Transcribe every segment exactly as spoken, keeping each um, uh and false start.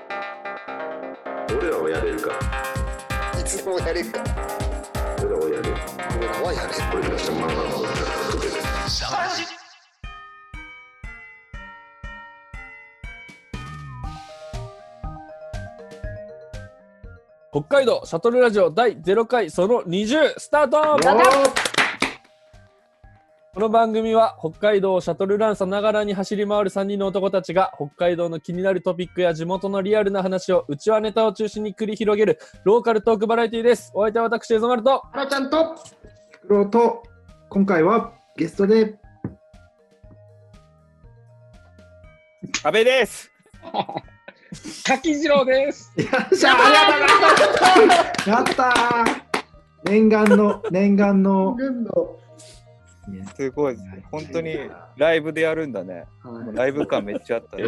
俺らはやれるか。 いつでもやれるか。 俺らはやれる。 俺らはやれる。 俺らしたまんまのことだから北海道シャトルラジオだいゼロかいそのにじゅうスタート。この番組は北海道をシャトルランさながらに走り回るさんにんの男たちが北海道の気になるトピックや地元のリアルな話をうちわネタを中心に繰り広げるローカルトークバラエティです。お相手は私エゾマルとはらちゃんとフクロウと今回はゲストで阿部です。 柿次郎です。 よっしゃー、やったー、念願の念願のすごい、本当にライブでやるんだね。もうライブ感めっちゃあったね。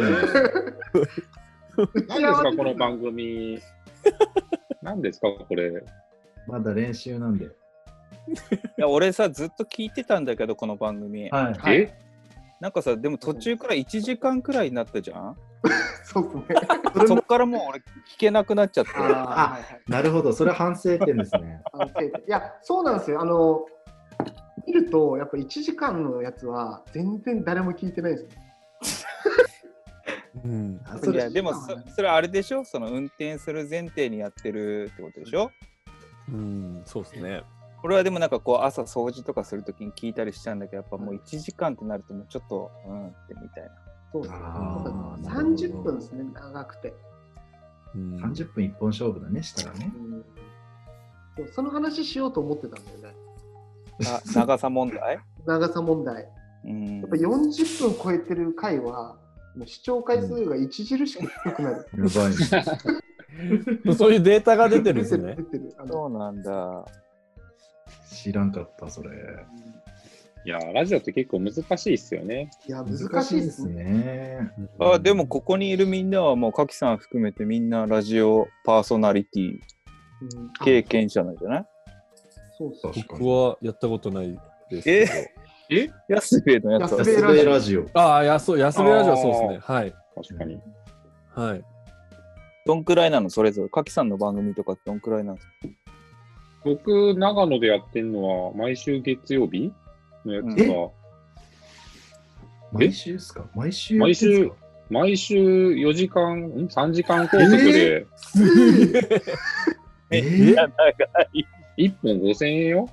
何ですかこの番組。何ですかこれ。 まだ練習なんで。いや俺さずっと聞いてたんだけどこの番組。 はい。 え？ なんかさでも途中からいちじかんくらいになったじゃん。 そうですね。 そっからもう俺聞けなくなっちゃって。 あ、はいはい、なるほど、それは反省点ですね。 反省点。いや、そうなんですよ。あの見るとやっぱいちじかんのやつは全然誰も聞いてないですね。 うん、 いやでも そ, それはあれでしょ、その運転する前提にやってるってことでしょ。 うん、そうですね。 これはでもなんかこう朝掃除とかするときに聞いたりしちゃうんだけど、やっぱもういちじかんってなるともうちょっとうんってみたいな。 そうですね。 あー、 さんじゅっぷんですね、長くて。 うん、 さんじゅっぷん一本勝負だね、したらね。 うん、その話しようと思ってたんだよね。 あ、長さ問題長さ問題。 うん、 やっぱよんじゅっぷん超えてる回はもう視聴回数が著しく低くなる。 やばいね。 そういうデータが出てるんですね。 出てる出てる。あのそうなんだ。 知らんかった、それ。 いやラジオって結構難しいですよね。 いや難しいですね。 ね。 あ、でもここにいるみんなはもう柿さん含めてみんなラジオパーソナリティうん経験者なんじゃない？ そうそう。 僕はやったことないですけど。 え？ 安部のやつは安部安部ラジオ。 ああ、やそう安部ラジオそうですね。はい確かに。 はい。 どんくらいなのそれぞれ？柿さんの番組とかってどんくらいなの？ 僕長野でやってるのは毎週月曜日のやつが毎週ですか？毎週毎週毎週よじかんんさんじかん拘束でえいや長い。 いっぽんごせんえんよ。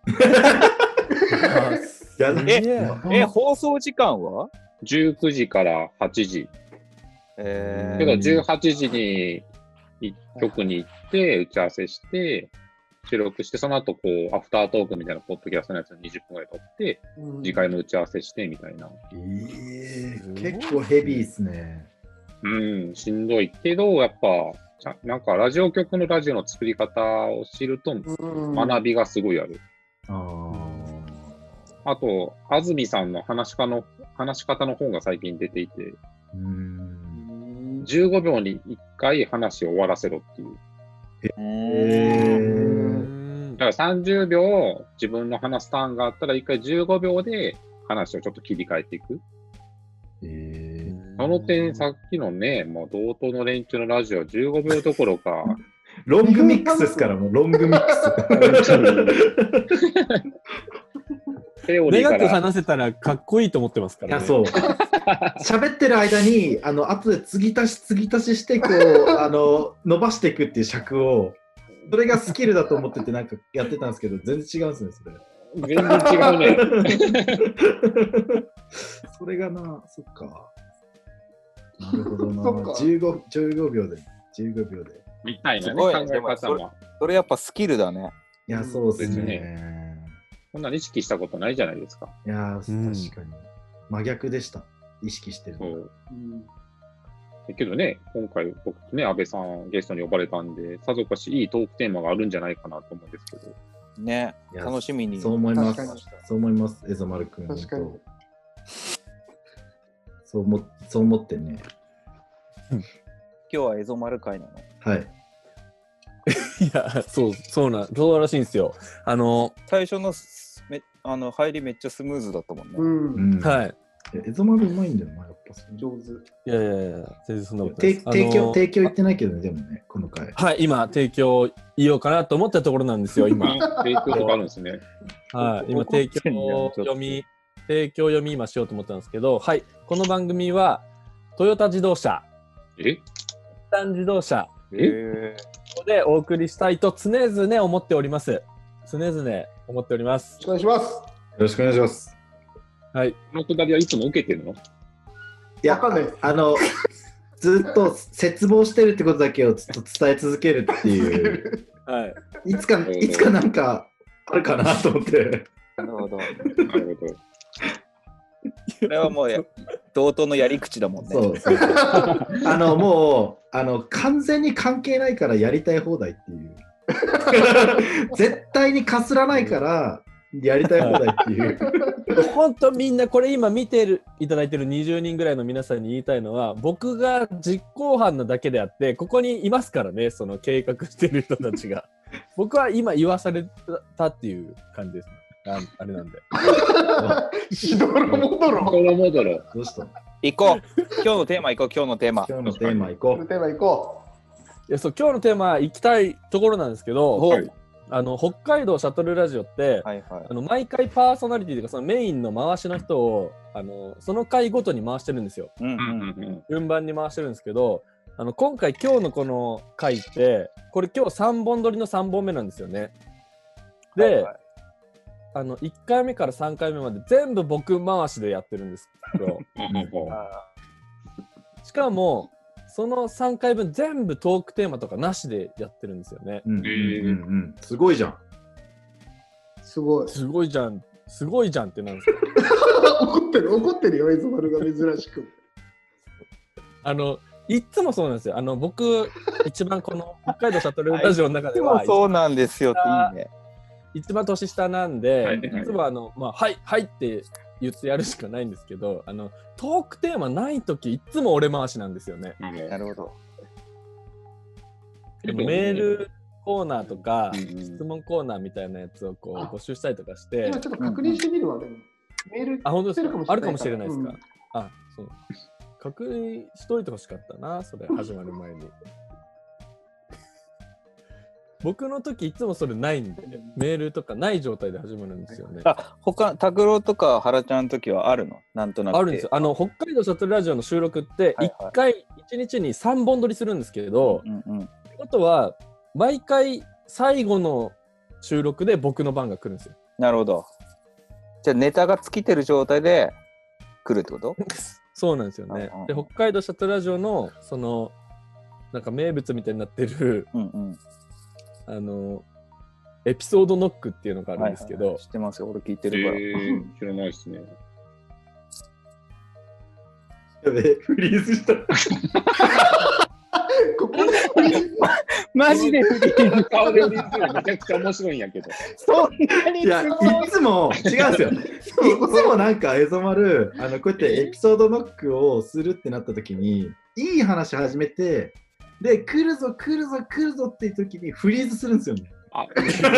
やええ放送時間はじゅうくじからはちじ。 えー、 けどじゅうはちじに局に行って打ち合わせして収録して、その後こうアフタートークみたいなポッドキャストのやつをにじゅっぷんぐらい撮ってうん次回の打ち合わせしてみたいな。 えー、結構ヘビーですね。 うん、しんどいけどやっぱちゃなんかラジオ局のラジオの作り方を知るとうん学びがすごいある。 ああと安住さんの話し家の話し方の本が最近出ていて、 ー、うーん。 じゅうごびょうにいっかい話を終わらせろっていう。 えー、 だからさんじゅうびょう自分の話すターンがあったらいっかいじゅうごびょうで話をちょっと切り替えていく。 えー、 その点さっきのね、もう同等の連中のラジオじゅうごびょうどころか、 ロングミックスですから、もうロングミックセオリーか長くら話せたらかっこいいと思ってますかス。いや、 らね。 そう。喋ってる間に、あの、後で継ぎ足し継ぎ足しして、こう、あの、伸ばしていくっていう尺を、それがスキルだと思ってて、なんかやってたんですけど、全然違うんですね、それ。 全然違うね。 それがな、そっか。なるほどな。 そっかじゅうご、じゅうごびょうで、じゅうごびょうで。 みたいなね、 すごい考え方は。 それやっぱスキルだね。 いや、そうですですね。 こんなに意識したことないじゃないですか。 いや、 うん確かに。真逆でした。意識してるの。 そう。 うんだけどね、今回僕ね、安倍さんゲストに呼ばれたんで、さぞかしいいトークテーマがあるんじゃないかなと思うんですけど。 ね、 いや楽しみに。 そう思います確かに。 そう思います、エゾマル君。 確かに本当そう思そう思ってね。 今日はエゾマル会なの。 はい。 いや、そう、そうな、そうらしいんですよ。あの、 最初のすめあの入りめっちゃスムーズだったもんね。 うんうんはい。 いやエゾマルうまいんだよな、やっ上手。 いやいやいや、全然そんなことない提です。 提供、 あのー提供言ってないけどね、でもね、この回。 はい、今、提供言おうかなと思ったところなんですよ、今。 提供とかあるんですね。 はい、今、 怒って提んじゃん供ちょっと読み、提供読み今しようと思ったんですけど、はい、この番組は、トヨタ自動車、 え日産自動車えでお送りしたいと常々思っております。常々思っております。 よろしくお願いします。 よろしくお願いします。 はい。 このくだりはいつも受けてるの？ いやわかんないです。 あの、ずっと絶望してるってことだけをずっと伝え続けるっていう、 はい。 いつか、いつかなんかあるかなと思って。 なるほど。 なるほど。 これはもうや同等のやり口だもんね。 そうそうそうあの、もう、あの、完全に関係ないからやりたい放題っていう。絶対にかすらないからやりたい放題っていう。 本当みんなこれ今見てるいただいてるにじゅうにんぐらいの皆さんに言いたいのは、僕が実行犯なだけであってここにいますからね、その計画してる人たちが。僕は今言わされたっていう感じですね。ああれなんで。 しどろもどろ。 コロモドロ。 どうした行こう。今日のテーマ行こう。今日のテーマ。 今日のテーマいこう。 テーマ行こいやそう今日のテーマ行きたいところなんですけど、 はいあの北海道シャトルラジオって、 はいはい。 あの毎回パーソナリティというかそのメインの回しの人をあのその回ごとに回してるんですよ。 うんううんうんん。 うん。 順番に回してるんですけど、あの今回今日のこの回ってこれ今日さんぼん撮りのさんぼんめなんですよね。で、 はいはいあのいっかいめからさんかいめまで全部僕回しでやってるんですけどあしかもそのさんかいぶん全部トークテーマとかなしでやってるんですよね。 うんうんうんうん。すごいじゃん。 う。すごい。 すごいじゃんすごいじゃんってなんですか。 怒ってる怒ってるよ、エゾマルが珍しく。 あのいっつもそうなんですよ。あの僕一番この北海道シャトルラジオの中でもではそうなんですよっていいね。 一番年下なんで、 はいいつもあの、まあ、はい、はいって言ってやるしかないんですけど、あの、トークテーマないとき、いつも俺回しなんですよね。 なるほど。 でもメールコーナーとか、 うんうん質問コーナーみたいなやつをこう募集したりとかして今、ちょっと確認してみるわ、でも。メールあ、本当ですか来てるもしれないあるかもしれないですか、 うんあ、そう。確認しといてほしかったな、それ、始まる前に。僕の時いつもそれないんで、メールとかない状態で始まるんですよね。 あ、他、拓郎とか原ちゃんの時はあるの？なんとなく。 あるんですよ。あの、北海道シャトルラジオの収録って、 はいはいいっかい、いちにちにさんぼん撮りするんですけど、 うんうん。 ってことは、毎回最後の収録で僕の番が来るんですよ。 なるほど。じゃあネタが尽きてる状態で来るってこと？ そうなんですよねうんうん。 で、北海道シャトルラジオの、その、なんか名物みたいになってる、 うんうん。 あの、エピソードノックっていうのがあるんですけど、 はいはいはい知ってますよ。俺聞いてえるから。 ー、知らないですね。 やべえ、フリーズした。 ここでマジでフリーズ。 顔でフリーズるのめちゃくちゃ面白いんやけど。 そんなにいや、いつも違うんですよ。いつもなんか、エゾマル、あのこうやってエピソードノックをするってなった時に、いい話始めて、で、来るぞ、来るぞ、来るぞっていう時にフリーズするんですよね。 あ、 すい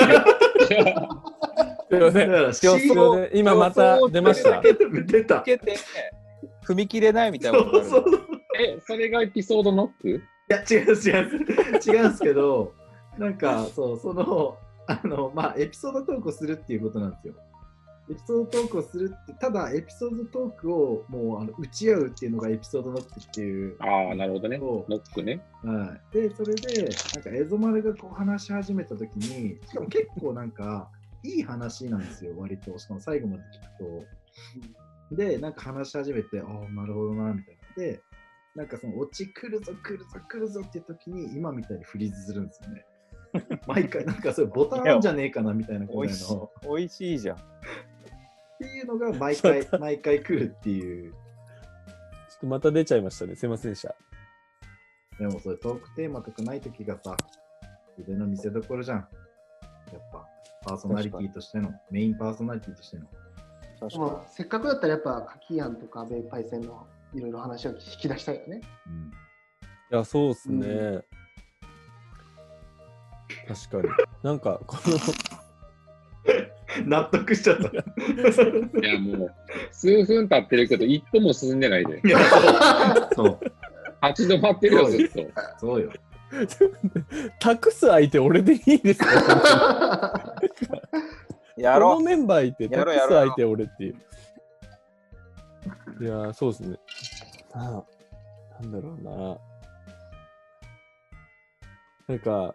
ません。 だから、 すいません今また出ました。 出た。 つけて踏み切れないみたいなことになるそうそう。 え、それがエピソードノック？ いや、違う違う違うんですけど、なんか、そう、その、あの、まあ、エピソードトークをするっていうことなんですよ。エピソードトークをするって、ただ、エピソードトークをもうあの打ち合うっていうのがエピソードノックっていう。 ああ、なるほどね。 そうノックね。 はい、で、それで、なんか、エゾマルがこう話し始めたときに、しかも結構なんか、いい話なんですよ、割と。しかも最後まで聞くと。で、なんか話し始めて、ああ、なるほどな、みたいな。で、なんかその、オチ来るぞ、来るぞ、来るぞっていうときに、今みたいにフリーズするんですよね。毎回、なんかそういうボタンあるんじゃねえかな、みたいなぐらい美味しの。 い。美味しいじゃん。 っていうのが毎回、毎回来るっていう。 ちょっとまた出ちゃいましたね。すいませんでした。 でもそれトークテーマとかないときがさ、腕の見せ所じゃん。やっぱ、パーソナリティとしての、メインパーソナリティとしての。 確かまあ、せっかくだったらやっぱカキヤンとか米パイセンのいろいろ話を引き出したいよね。 うんいや、そうっすね。 う確かに。なんか、この、 納得しちゃった。 いやもう、数分経ってるけど、一歩も進んでないで。 いやそうそう立ち止まってるよ、ずっと。 そうよ。 託す相手俺でいいですか？このやろう。 メンバーいてやろ託すうやろう相手俺っていう。いやー、そうですね。ああ、なんだろうな。なんか、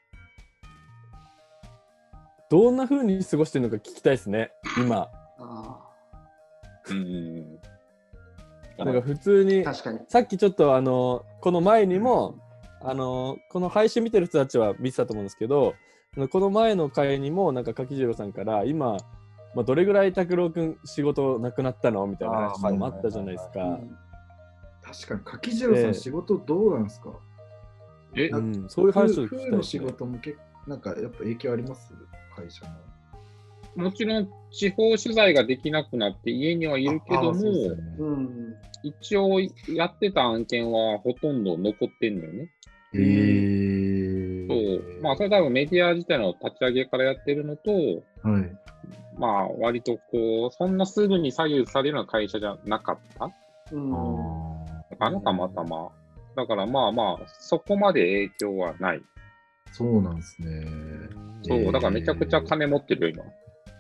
どんな風に過ごしてるのか聞きたいですね、今。 あうん。 なんか普通にー、確かに。 さっきちょっとあのこの前にもあのこの配信見てる人たちは見てたと思うんですけど、この前の回にもなんか柿次郎さんから今、まあ、どれぐらい拓郎くん仕事なくなったのみたいな話とかもあったじゃないですか。 確かに柿次郎さん、 ええ仕事どうなんですか？ え、 うん、そういう話を聞きたい風の仕ですね。 事も結構なんかやっぱ影響あります？会社の。 もちろん地方取材ができなくなって家にはいるけども、 ああそうですよねうん。 一応やってた案件はほとんど残ってんのよね。 へえ。 そう。まあ、それ多分メディア自体の立ち上げからやってるのと、 はい。 まあ、割とこう、そんなすぐに左右されるような会社じゃなかったうん。 あのたまたま。だからまあまあ、そこまで影響はない。 そうなんですね。 そう、だからめちゃくちゃ金持ってるよ、今。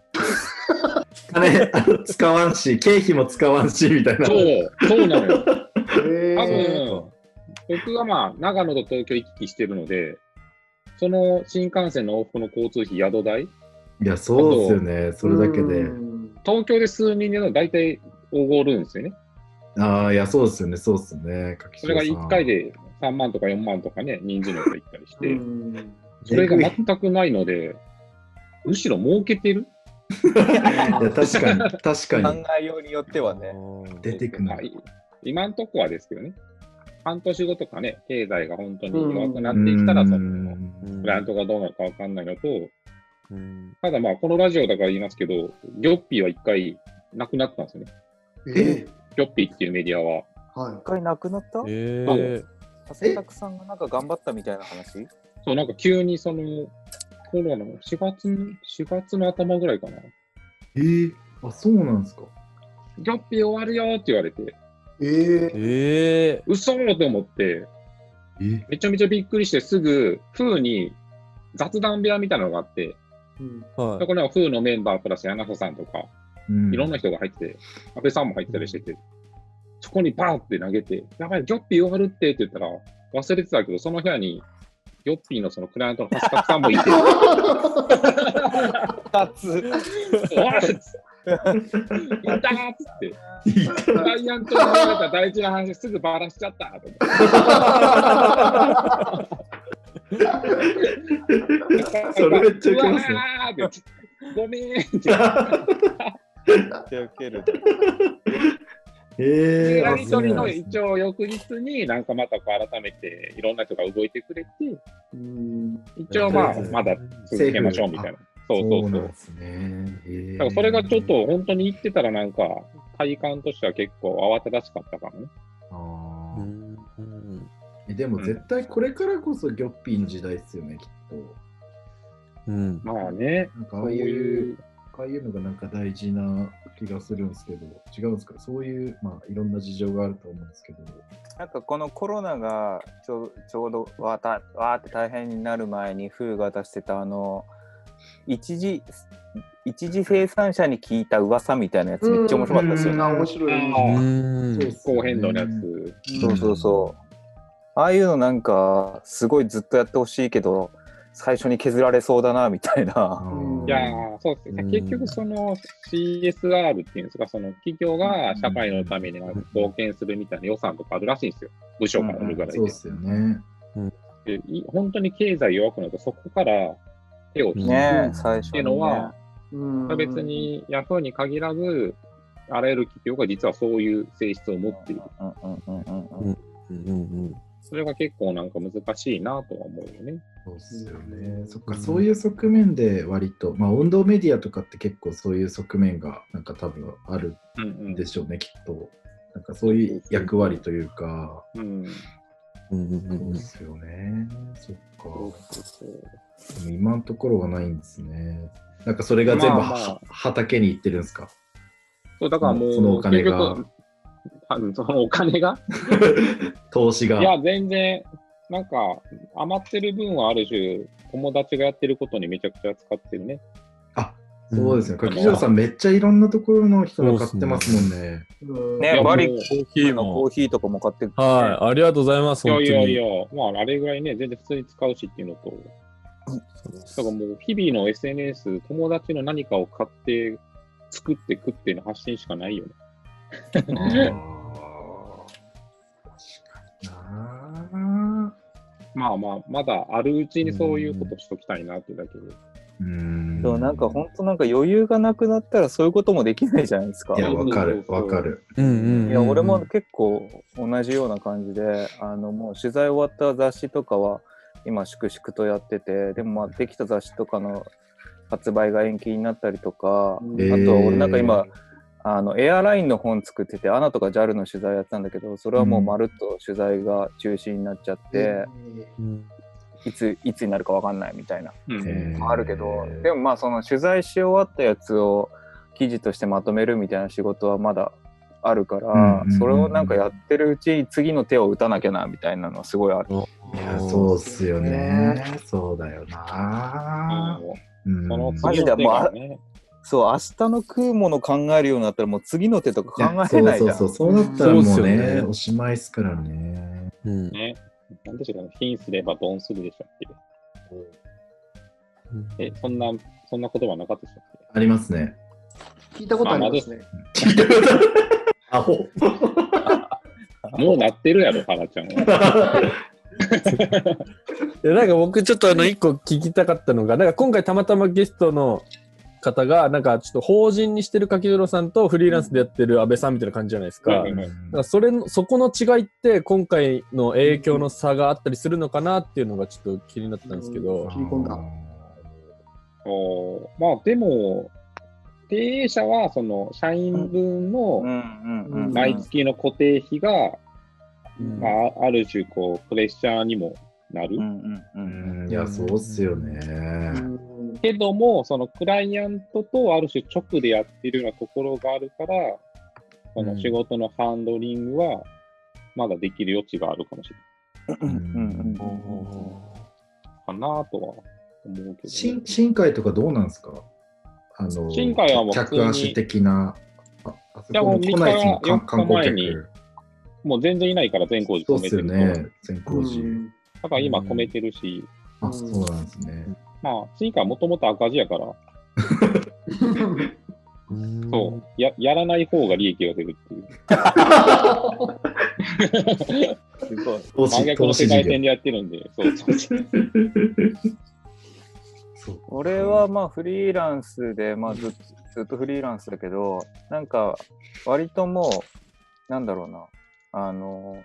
金使わんし、経費も使わんしみたいな。 そう、そうなのよ。 え多ー、 分、僕がまあ、長野と東京行き来してるので、その新幹線の往復の交通費、宿代、 いや、そうですよね。それだけで。 うん東京で数人での大体おごるんですよね。 ああ、いや、そうですよね。そうですよね。柿それが城さんいっかいでさんまんとかよんまんとかね、人数の人行ったりして、 うんそれが全くないので、むしろ儲けてる。 いや、確かに、確考かに。 えようによってはね。 出てくるまあい今んとこはですけどね、半年後とかね、経済が本当に弱くなってきたら、 うそんの、ブランドがどうなるかわかんないのと、 うんただまあ、このラジオだから言いますけど、ギョッピーは一回なくなったんですよね。 えギョッピーっていうメディアは。 は一回なくなったえー、 長谷拓さんがなんか頑張ったみたいな話そう、なんか急にその、コロナのしがつの、しがつの頭ぐらいかな。 えー、あ、そうなんですか。 ギョッピー終わるよって言われて、 い。えー、 え嘘と思って、 えめちゃめちゃびっくりして、すぐ、風に雑談部屋みたいなのがあって、 うんー、はいそこには風のメンバープラス柳瀬さんとか、 うんいろんな人が入ってて、安倍さんも入ってたりしてて、そこにバーって投げて、やばい、ギョッピー終わるってって言ったら、忘れてたけど、その部屋に、ギョッピーのそのクライアントのハスカツさんもいて、 二つ。 おいっつって、いたーっつって、クライアントに言われた大事な話すぐバラしちゃったと思って。 それめっちゃウケうわますね。 ーってごめんって。 受ける。 えー、 やありとりのそうなんですね一応翌日になんかまたこう改めていろんな人が動いてくれて、 うん一応まあとりあえずまだ続けましょうみたいな。そうそうそう。 そうなんですね。えーだからそれがちょっと本当に言ってたらなんか体感としては結構慌ただしかったかもね。 あーうんうんえでも絶対これからこそギョッピーの時代ですよね、きっと。 うんまあね、 なんかああそういう、 いう、 ああいうのがなんか大事な気がするんですけど、違うんですか？そういう、まあいろんな事情があると思うんですけど。 なんかこのコロナがちょちょうどわーたわーって大変になる前にフーが出してたあの一時一時生産者に聞いた噂みたいなやつめっちゃ面白かったですよね。 あ、面白い。 あうんそうっすよね気候変動のやつ。 そうそうそう。ああいうのなんかすごいずっとやってほしいけど最初に削られそうだなみたいな。 うんいやーそうですね、 うん結局その シーエスアール っていうんですか、その企業が社会のためになんか貢献するみたいな予算とかあるらしいんですよ。部署からあるぐらいで。 そうですよね。 でい本当に経済弱くなるとそこから手を引くねっ最初に、ね。 ていうのは、 うん別にヤフーに限らず、あらゆる企業が実はそういう性質を持っている。 うんうんうんうんうん。 うんうんそれが結構なんか難しいなとは思うよね。 そうっすようね。 んそっか、そういう側面で割と、まあ運動メディアとかって結構そういう側面がなんか多分あるうんうんんでしょうね、きっと。なんかそういう役割というか、 うん、 うんうんうんそうですよね。そっか。でも今のところはないんですね。なんかそれが全部は、 まあまあ畑に行ってるんですか？ そうだからもう、 そのお金が究極あそのお金が投資が。 いや、全然、なんか、余ってる分はある種、友達がやってることにめちゃくちゃ使ってるね。 あ、そうですね。 うん柿城さん、めっちゃいろんなところの人が買ってますもんね。 うんね、バリもうコーヒーのコーヒーとかも買ってる、 はい、ありがとうございます。 いや本当に。 いやいや、まあ、あれぐらいね、全然普通に使うしっていうのと、だからもう、日々の エスエヌエス、友達の何かを買って、作って食っての発信しかないよね。 あー確かにな。 まあまあ、まだあるうちにそういうことしときたいなっていうだけで。 うーん。 そうなんか本当なんか余裕がなくなったらそういうこともできないじゃないですか。 いや、わかる、 そうそうそうわかる。 うんうんうんうんいや俺も結構同じような感じで、あのもう取材終わった雑誌とかは今粛々とやってて、でもまあできた雑誌とかの発売が延期になったりとか、 うんえーあとは俺なんか今あのエアラインの本作ってて、アナとか ジャル の取材やってたんだけど、それはもうまるっと取材が中止になっちゃって、 うんいついつになるかわかんないみたいなうんへーあるけど、でもまあその取材し終わったやつを記事としてまとめるみたいな仕事はまだあるから、 うんうんうんそれをなんかやってるうちに次の手を打たなきゃなみたいなのはすごいある。 いや、そうっすよね。そうだよな。うんそのマジ次の手でもうあがね、 そう、明日の食うもの考えるようになったらもう次の手とかいや考えれないじゃん。 そうそうそう、そうなったらもうそうっすよね、 ねおしまいっすからね。 うんね、なんでしょうかね、貧すればドンするでしたっけ。え、そんな、そんな言葉なかったでしたっけ。 ありますね。 聞いたことありますね。 アホ。 もうなってるやろ、花ちゃんは。 いやなんか僕ちょっとあの一個聞きたかったのが、なんか今回たまたまゲストの方がなんかちょっと法人にしてる柿泥さんとフリーランスでやってる安倍さんみたいな感じじゃないですか。 うんうんうんなんかそれのそこの違いって今回の影響の差があったりするのかなっていうのがちょっと気になってたんですけど。 切り込んだ。 おまあでも、経営者はその社員分のうんうんうん。 毎月の固定費が、 うんまあ、ある種こうプレッシャーにもなる。 うんうんう。 うんんいや、そうっすよね。 けども、そのクライアントとある種直でやってるようなところがあるから、その仕事のハンドリングはまだできる余地があるかもしれうんうんないかなとは思うけど、 新新海とかどうなんですか？あの新海はもう普通に客足的な。ああそいやもうこも来ないですもん、 みっか観光よっかまえに客。 もう全然いないから全工事そうっすよ止めてると。 ね、全工事。 だから今止めてるし、 あ、そうなんですね。 まあ、新海はもともと赤字やから、 うんそうや、やらない方が利益が出るっていう。 すごい。 投資、 真逆投資事業の世界線。でやってるんで、そうそうそう。 そう俺はまあフリーランスで、まあ、ずっとずっとフリーランスだけど、なんか割ともうなんだろうな、あの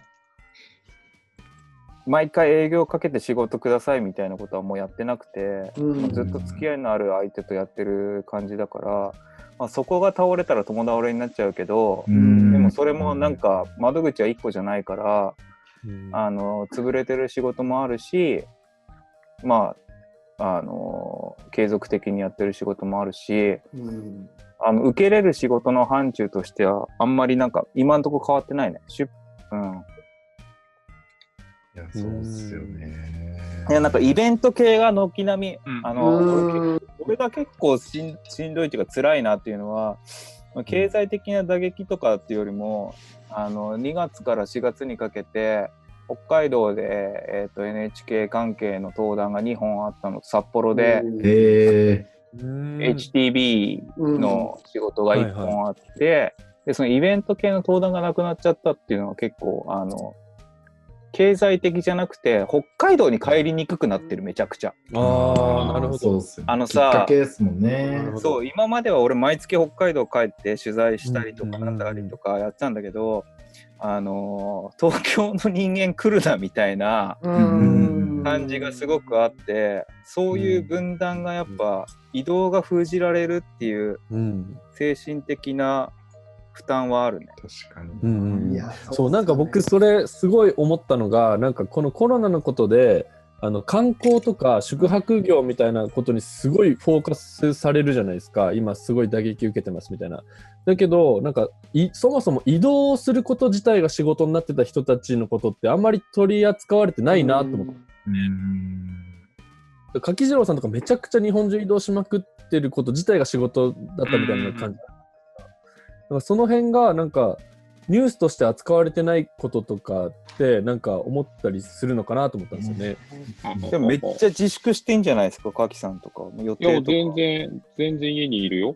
毎回営業かけて仕事くださいみたいなことはもうやってなくて、 うんまあずっと付き合いのある相手とやってる感じだから、まあ、そこが倒れたら共倒れになっちゃうけど、 うんでもそれもなんか窓口はいっこじゃないから、 うんあの潰れてる仕事もあるし、まああの継続的にやってる仕事もあるし、 うんあの受けれる仕事の範疇としてはあんまりなんか今のところ変わってないね。出うんいや、そうっすよね。 いやなんかイベント系が軒並み、 うんあのうん俺俺が結構しんしんどいっていうか辛いなっていうのは、まあ経済的な打撃とかっていうよりも、あのにがつからしがつにかけて北海道で、えー、と エヌエイチケー 関係の登壇がにほんあったのと、札幌でへえ。 うんエイチティービーの仕事がいっぽんあって、でそのイベント系の登壇がなくなっちゃったっていうのは結構あの経済的じゃなくて北海道に帰りにくくなってる、めちゃくちゃ。 ああ、なるほど。 そうっすよね。 あのさきっかけですもんなねるほ。どそう今までは俺毎月北海道帰って取材したりとかうんなんだりとかやってたんだけど、あのー東京の人間来るなみたいなうん感じがすごくあって、そういう分断がやっぱ移動が封じられるっていううん精神的な負担はあるね。 確かに。 うんうんいやそうなんか僕それすごい思ったのがなんかこのコロナのことであの観光とか宿泊業みたいなことにすごいフォーカスされるじゃないですか。今すごい打撃受けてますみたいな。だけどなんかいそもそも移動すること自体が仕事になってた人たちのことってあんまり取り扱われてないなと思って。 うん。 柿次郎さんとかめちゃくちゃ日本中移動しまくってること自体が仕事だったみたいな感じ。だからその辺がなんかニュースとして扱われてないこととかってなんか思ったりするのかなと思ったんですよね。 でもめっちゃ自粛してんじゃないですか、カキさんとか。予いや、 定とか。 全然、全然家にいるよ。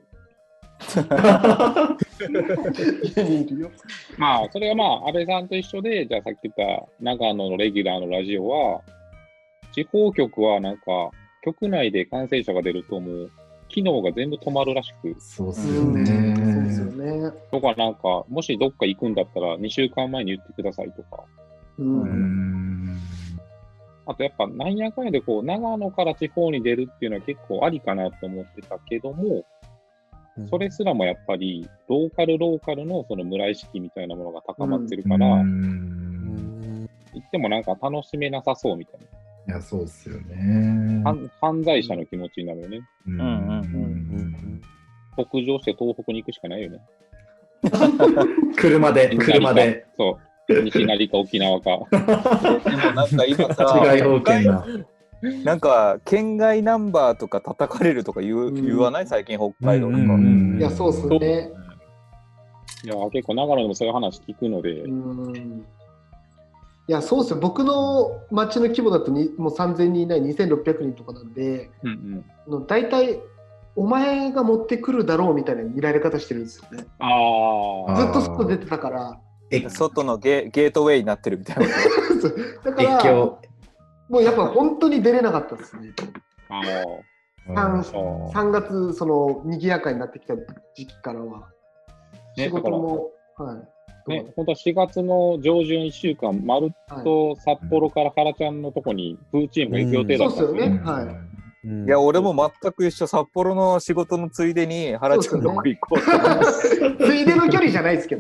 家にいるよ。 まあ、それはまあ、安倍さんと一緒で、じゃあさっき言った長野のレギュラーのラジオは、地方局はなんか、局内で感染者が出るともう、機能が全部止まるらしく、 そうっすよね。 そうですよね。 とかなんか、もしどっか行くんだったらにしゅうかんまえに言ってくださいとか、 うんうーん。 あとやっぱなんやかんやでこう、長野から地方に出るっていうのは結構ありかなと思ってたけども、それすらもやっぱり、ローカルローカルのその村意識みたいなものが高まってるから、 うー行んってもなんか楽しめなさそうみたいいや、そうっすよね。 な。犯犯罪者の気持ちになるよね。 うんうんうん北上して東北に行くしかないよね。 車で、車で。 そう。西成か沖縄か。 でもなんか今さ、 違い保険な。 なんか県外ナンバーとか叩かれるとか言う、 うん言わない最近北海道とか。 うんうんうんいや、そうっすね。 いや、結構長野でもそういう話聞くので、 うんいや、そうっすよ。僕の町の規模だとにもうさんぜんにんいないにせんろっぴゃくにんとかなんで、 うんうん、 の大体、お前が持ってくるだろうみたいな見られ方してるんですよね。 ああ、 ずっと外出てたから。 え、 外のゲゲートウェイになってるみたいな。 だから、 越境。 もうやっぱ本当に出れなかったですね。 あ三そうさんがつ、その賑やかになってきた時期からは、 ね仕事も、はい。 あ、ね、本当はしがつの上旬いっしゅうかん、まるっと札幌から原ちゃんのとこにプーチームが行く予定だったんですよね。 そうっすよねはいうんいや、俺も全く一緒。札幌の仕事のついでに原ちゃんのとこ行こうと思って。 ついでの距離じゃないですけど。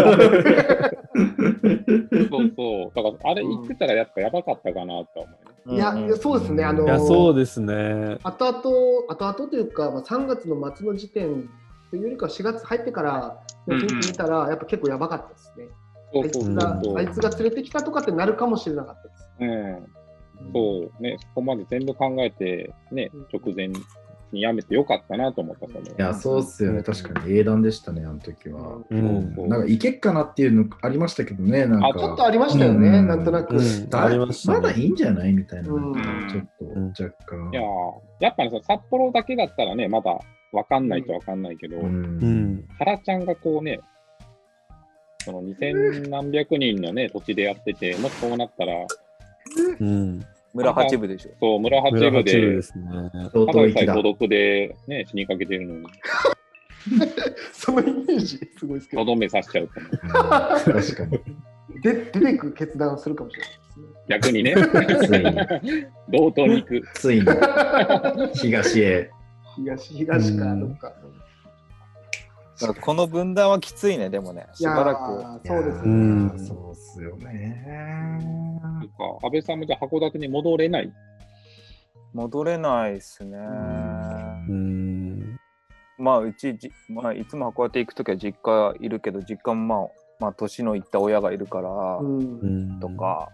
そうそう。だから、あれ行ってたらやっぱやばかったかなとは思うね。 いや、いやそうですね。あのいやそうですね。 後々、後々というか、まあ、さんがつの末の時点というよりかはしがつ入ってからの天気見たら、やっぱ結構やばかったですね。あいつそうそうそうがそう。 あいつが連れてきたとかってなるかもしれなかったです。 うん。そうね、そこまで全部考えて、ね、直前にやめてよかったなと思ったと思う。 いや、そうっすよね。確かに英断でしたね、あの時は。 うんそうなんか、いけっかなっていうのありましたけどね、なんか。 あちょっとありましたよね、 うんなんとなく。 うんだありましたねまだいいんじゃないみたいな、 うんなんかちょっと、 うん若干。 いやーやっぱり、ね、札幌だけだったらね、まだわかんないとわかんないけど、 うんうん原ちゃんがこうね、そのにせんなんびゃくにんのね、土地でやってて、もしこうなったら、 うん村八部でしょ。 そう、村八村八部部でで、すね。 相た当域だ。 だでさえ孤独で、ね、死にかけてるのに、 そのイメージ、すごいですけど。 とどめさせちゃうと思う。 うん確かに。 で出てくる決断をするかもしれないですね。 逆にね、 ついに、 同等に行く。 ついに、東へ。 東、東かどっか。 だからこの分断はきついね、でもね。しばらく。 ーそうですいやね。 んーそうっすよね。 なんか安倍さんもじゃあ函館に戻れない。 戻れないっすね。 うんまあ、うちじ、まあ、いつも函館行くときは実家いるけど、実家もまあ、まあ、年のいった親がいるから、 うんうんとか、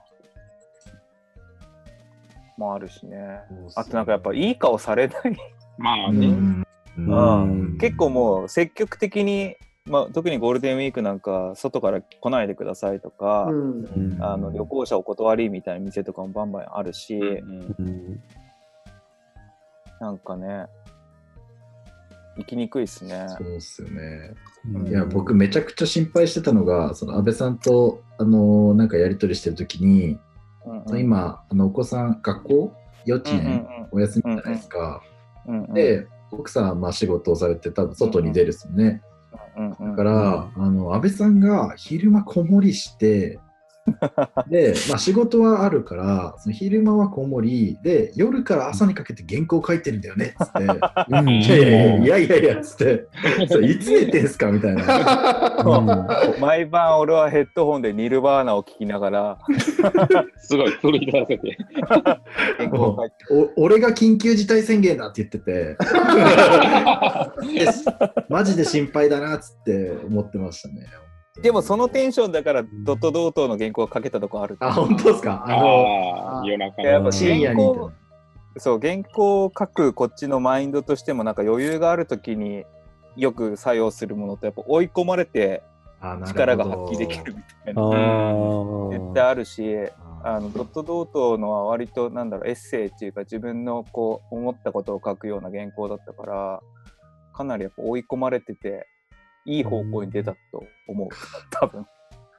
もあるしね。 そうっすあとなんかやっぱいい顔されない。 まあね、 うんうん結構もう積極的に、まあ、特にゴールデンウィークなんか外から来ないでくださいとか、 うんうんあの旅行者お断りみたいな店とかもバンバンあるし、 うんうんなんかね行きにくいっすね。 そうっすよね。 うんいや、僕めちゃくちゃ心配してたのが、その安倍さんと、あのなんかやり取りしてるときに、 うんうん、 今、あのお子さん、学校、幼稚うんうん園、お休みじゃないですか。 うんうん、 で、奥さんはまあ仕事をされて、多分外に出るっすよね。 うんうん、 だから、あの安倍さんが昼間こもりして、 で、まあ、仕事はあるからその昼間はこもりで夜から朝にかけて原稿書いてるんだよねっつってうんいやいやいやいやいやっつってそれいつ寝てんすかみたいな、 毎晩俺はヘッドホンでニルバーナを聞きながらすごい、奮い立たせて。 原稿を書いてお俺が緊急事態宣言だって言っててでマジで心配だなっつって思ってましたね。 でもそのテンションだからドットドートの原稿を書けたとこある。 あ、本当ですか。あのああ、夜中やっぱの。 深夜にみたいな。 そう、原稿を書くこっちのマインドとしてもなんか余裕があるときによく作用するものとやっぱ追い込まれてあ、なるほど力が発揮できるみたいあなー絶対あるし、 ああのドットドートのは割となんだろうエッセイっていうか自分のこう思ったことを書くような原稿だったからかなりやっぱ追い込まれてていい方向に出たと思う多分。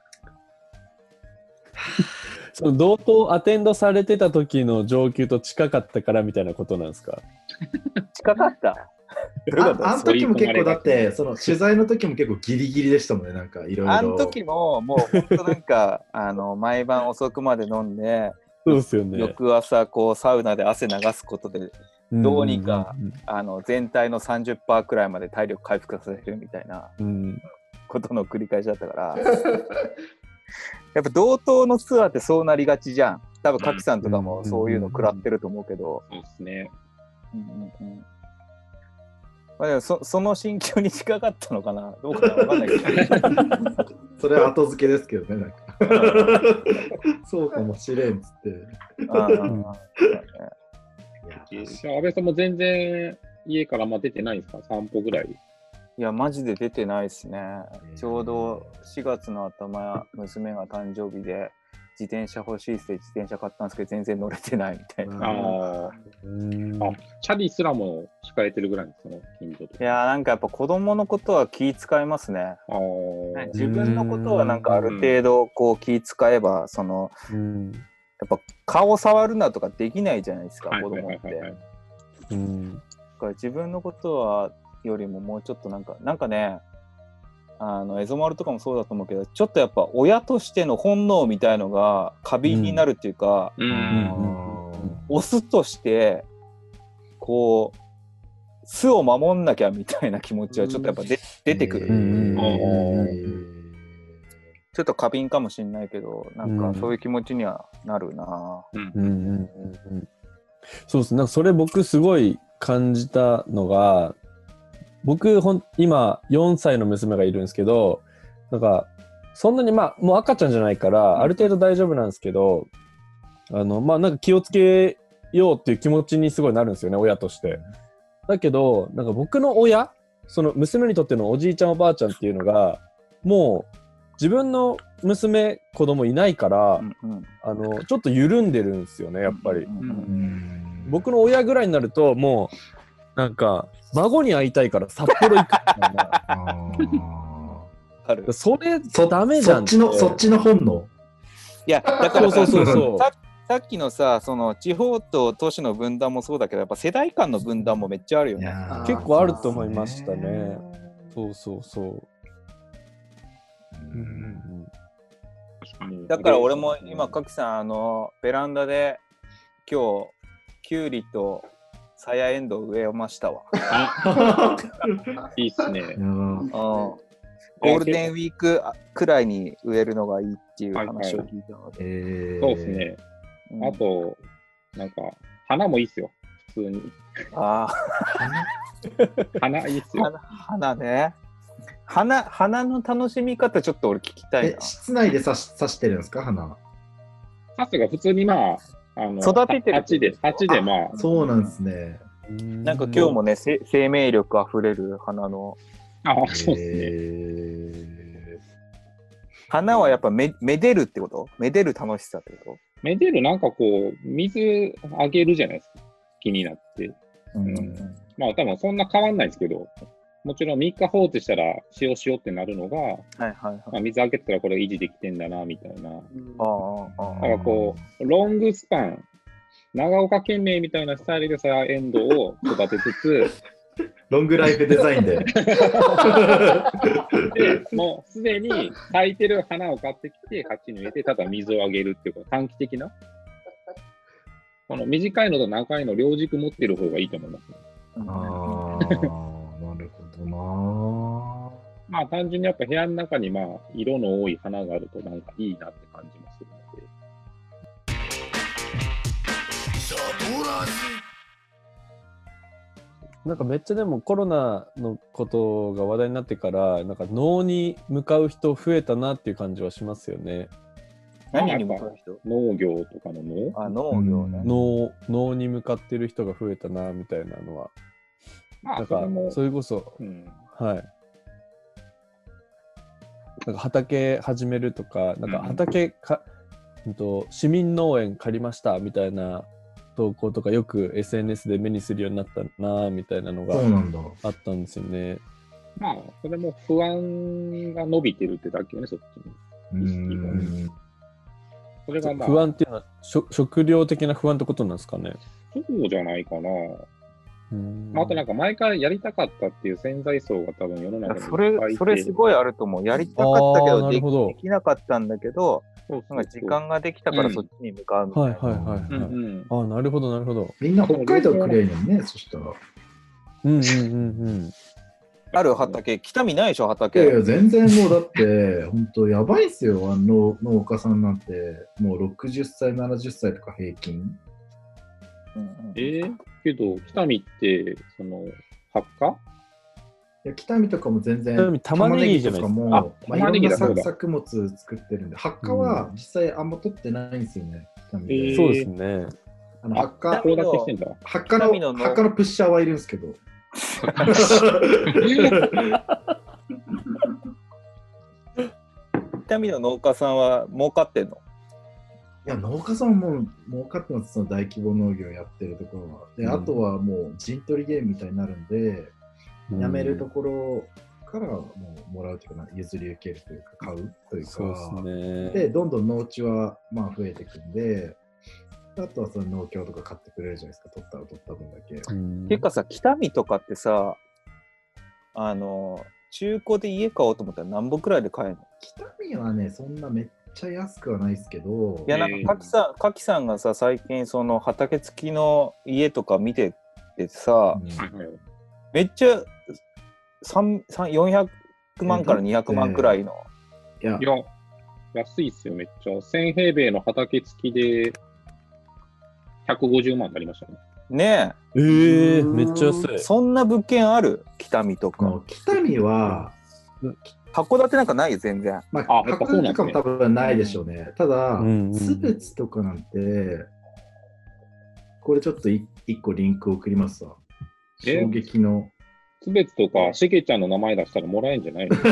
その同等アテンドされてた時の上級と近かったからみたいなことなんですか？ 近かったああの時も結構だってその取材の時も結構ギリギリでしたもんね。なんかいろいろあの時ももうほんとなんかあの毎晩遅くまで飲んでそうですよね。 翌朝こうサウナで汗流すことでどうにかうんあの全体の さんじゅっパーセント くらいまで体力回復させるみたいなうんことの繰り返しだったからやっぱ同等のツアーってそうなりがちじゃん。多分柿さんとかもそういうの食らってると思うけど、 そうですね。 うんうんうんまあ、でも そ, その心境に近かったのかなどうかな分かんないけどそれは後付けですけどね。なんかそうかもしれんっつって。 あーうんいやじゃあ、安倍さんも全然家からまあ出てないんですか？散歩ぐらい。 いやマジで出てないですね。ちょうどしがつの頭娘が誕生日で自転車欲しいって自転車買ったんですけど全然乗れてないみたいな。 あうんあ、チャリすらも控えてるぐらいですその近所といやーなんかやっぱ子供のことは気遣いますね。 ああ、 自分のことはなんかある程度こう気遣えばそのうんやっぱ顔触るなとかできないじゃないですかはい子供って。 はいはいはいうんだから自分のことはよりももうちょっとなんかなんかねあのエゾマルとかもそうだと思うけどちょっとやっぱ親としての本能みたいのが過敏になるっていうか、 ううんん。 オスとしてこう巣を守んなきゃみたいな気持ちはちょっとやっぱで出てくる、 うんちょっと過敏かもしれないけどなんかそういう気持ちにはなるな、 うんうんうんうんうんそうですね。なんかそれ僕すごい感じたのが、僕ほん今よんさいの娘がいるんですけど、なんかそんなにまあもう赤ちゃんじゃないからある程度大丈夫なんですけど、あのまあなんか気をつけようっていう気持ちにすごいなるんですよね、親として。だけどなんか僕の親、その娘にとってのおじいちゃんおばあちゃんっていうのがもう自分の娘子供いないから、 うんうんあのちょっと緩んでるんですよね、やっぱり。 うんうんうん僕の親ぐらいになるともうなんか孫に会いたいから札幌行くみたいなああるそれーそダメじゃんそっちのそっちの本能。 いやだからそうそうそうそうささっきのさその地方と都市の分断もそうだけどやっぱ世代間の分断もめっちゃあるよね。 ー結構あると思いましたね。そうそうそう、うんうん確かにだから俺も今柿さんあのベランダで今日キュウリとサヤエンドウ植えましたわ。 いいっすね。 うんうんゴールデンウィークくらいに植えるのがいいっていう話を聞いたので、 えーそうですね。 うんあと、なんか、花もいいっすよ。普通に。 あ花いいっすよ。 ー花花ね花花の楽しみ方ちょっと俺聞きたいえ、室内で刺し刺してるんですか、花。 さすが普通にまあ、あの育ててる鉢で、鉢でまあ、 そうなんですね。 うんななんか今日もねせ生命力あふれる花のあ、そうですね。 え花はやっぱめめでるってことめでる楽しさってこめでるなんかこう、水あげるじゃないですか。気になって。 と、 うんまあ多分そんな変わんないですけど、もちろんみっか放置したら塩塩ってなるのが、 はいはいはいまあ、水あげてたらこれ維持できてんだな、みたいな。 ああああなんかこう、ロングスパン、長岡県名みたいなスタイルでさ、エンドウを育てつつ、 ロングライフデザインで。 で、もうすでに咲いてる花を買ってきて、鉢に植えて、ただ水をあげるっていうか、短期的な。この短いのと長いの両軸持ってる方がいいと思いますね。 ああ、なるほどな。 まあ単純にやっぱ部屋の中にまあ色の多い花があるとなんかいいなって感じもするので。 なんかめっちゃでもコロナのことが話題になってからなんか農に向かう人増えたなっていう感じはしますよね。 何に向かう人？ 農業とかの農あ、農業ね。 農農に向かってる人が増えたなみたいなのは。 まあなんかそれも、 それこそ、 うん、 はい。なんか畑始めるとか、なんか畑か、うんと、市民農園借りましたみたいな投稿とかよく エスエヌエス で目にするようになったなみたいなのがそうなんだ。 あったんですよね。 まあそれも不安が伸びてるってだけよね、そっちに。 う意識がん。 それがまあ、 不安っていうのは食食料的な不安ってことなんですかね。 そうじゃないかな。 うんまあ、あとなんか毎回やりたかったっていう潜在層が多分世の中にいっそれぱいいて、 それすごいあると思う。やりたかったけあーどでなるほどできなかったんだけど、 そうそうそうなんか時間ができたからそっちに向かうみたいな。 はいはいはいはい。 うんうん、 ああ、なるほどなるほど。 みんな北海道くれんのにね、そしたら。 うんうんうんうん。 ある畑、北見ないでしょ、 い畑。 やいや、全然もうだって、本当やばいっすよ、あの農家さんなんて。もうろくじゅっさい、ななじゅっさいとか平均。 うんうんえー、けど、北見って、その、発火いや北見とかも全然、 北見玉ねぎじゃないですか玉ねぎとかも、 あまあ、い玉ろんなねぎだそうだ作作物作ってるんで、発火は実際あんま取ってないんですよね、北見で。 えーそうですね。 あのあ、 発火こうだけしてんだ。 発火北見の農の発火のプッシャーはいるんですけど。 北見の農家さんは儲かってんの？ いや、農家さんも儲かってます、その大規模農業やってるところは。で、 うんあとはもう陣取りゲームみたいになるんで、 うん辞めるところからもうもらうというか、譲り受けるというか、買うというか、 そうですね。 で、どんどん農地はまあ増えていくんで、あとはその農協とか買ってくれるじゃないですか、取ったら取った分だけ。 うんっていうかさ、北見とかってさ、あの、中古で家買おうと思ったら何本くらいで買えるの？ 北見はね、そんなめっちゃ安くはないですけど、 いや、なんか、かきさん、かきさんがさ、最近、その畑付きの家とか見ててさ、 うんはいはいめっちゃ、さんよんひゃくまんからにひゃくまんくらいの。 いやい、や、安いっすよ、めっちゃ。せん平米の畑付きでひゃくごじゅうまんになりましたね。 ねえー、めっちゃ安え、 い。 そんな物件ある？北見とか。 もう北見は、 函館なんかないよ、全然。 まあ、 あやっぱそうなん函館とかも多分ないでしょうね。ただうんうん、 津別とかなんて、これちょっとい一個リンク送りますわ。 え衝撃の。 つべつとか、しげちゃんの名前出したらもらえんじゃないの？ こ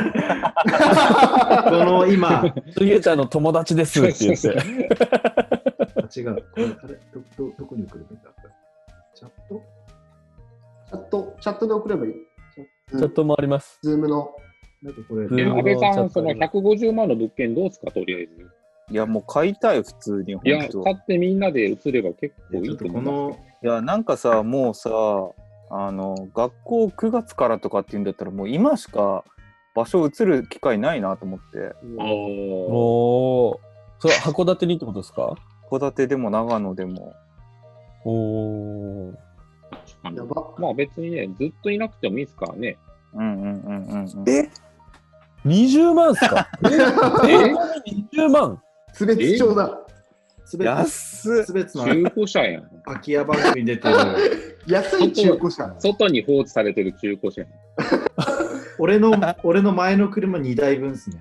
の今、 すげちゃんの友達ですって言って。 あ違う、これあれどど、どこに送るべきだったチャットチャット、チャットで送ればいい。 チャットもあります。 ズームの。 なんかこれ、 うんえ安倍さん、 ちょっとそのひゃくごじゅうまんの物件どうすか、とりあえず。 いや、もう買いたい、普通に。 いや、 本当買ってみんなで移れば結構いちょっとこいと思う。 の、 いや、なんかさ、もうさ、あの、学校くがつからとかっていうんだったら、もう今しか場所移る機会ないなと思って、 あーおー。それ函館にってことですか？ 戸建てでも長野でも。 おー。 確かにやば。 まあ別にね、ずっといなくてもいいですからね。 うんうんうんうん、うん。 えにじゅうまんっすか？ えにじゅうまん。 つべつ町だ。 すべて、 安っ。 すべての中古車やん。 空き家バンクに出てる、 安い中古車。 外に放置されてる中古車やん。 俺の、俺の前の車にだいぶんですね。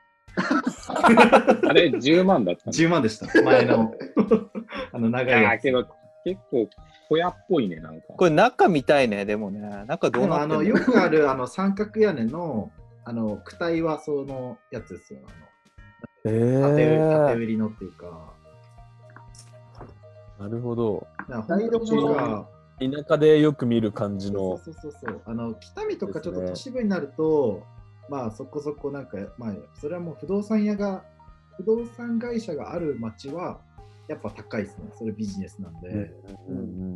あれじゅうまんだったんだ。 じゅうまんでした、前の。あの、 い長いやつ。 やーけど、結構小屋っぽいね、なんか。 これ中見たいね、でもね。中どうでもあのなってんの？ よくあるあの三角屋根のあの躯体はそのやつですよ。あえの縦売り縦ー。 売りのっていうか。 なるほど。 だから本当になんか田舎でよく見る感じの。 そうそうそうそう。あの北見とかちょっとですね都市部になると、まあそこそこなんか、まあそれはもう不動産屋が、不動産会社がある町はやっぱ高いですね。それビジネスなんで。 うんうん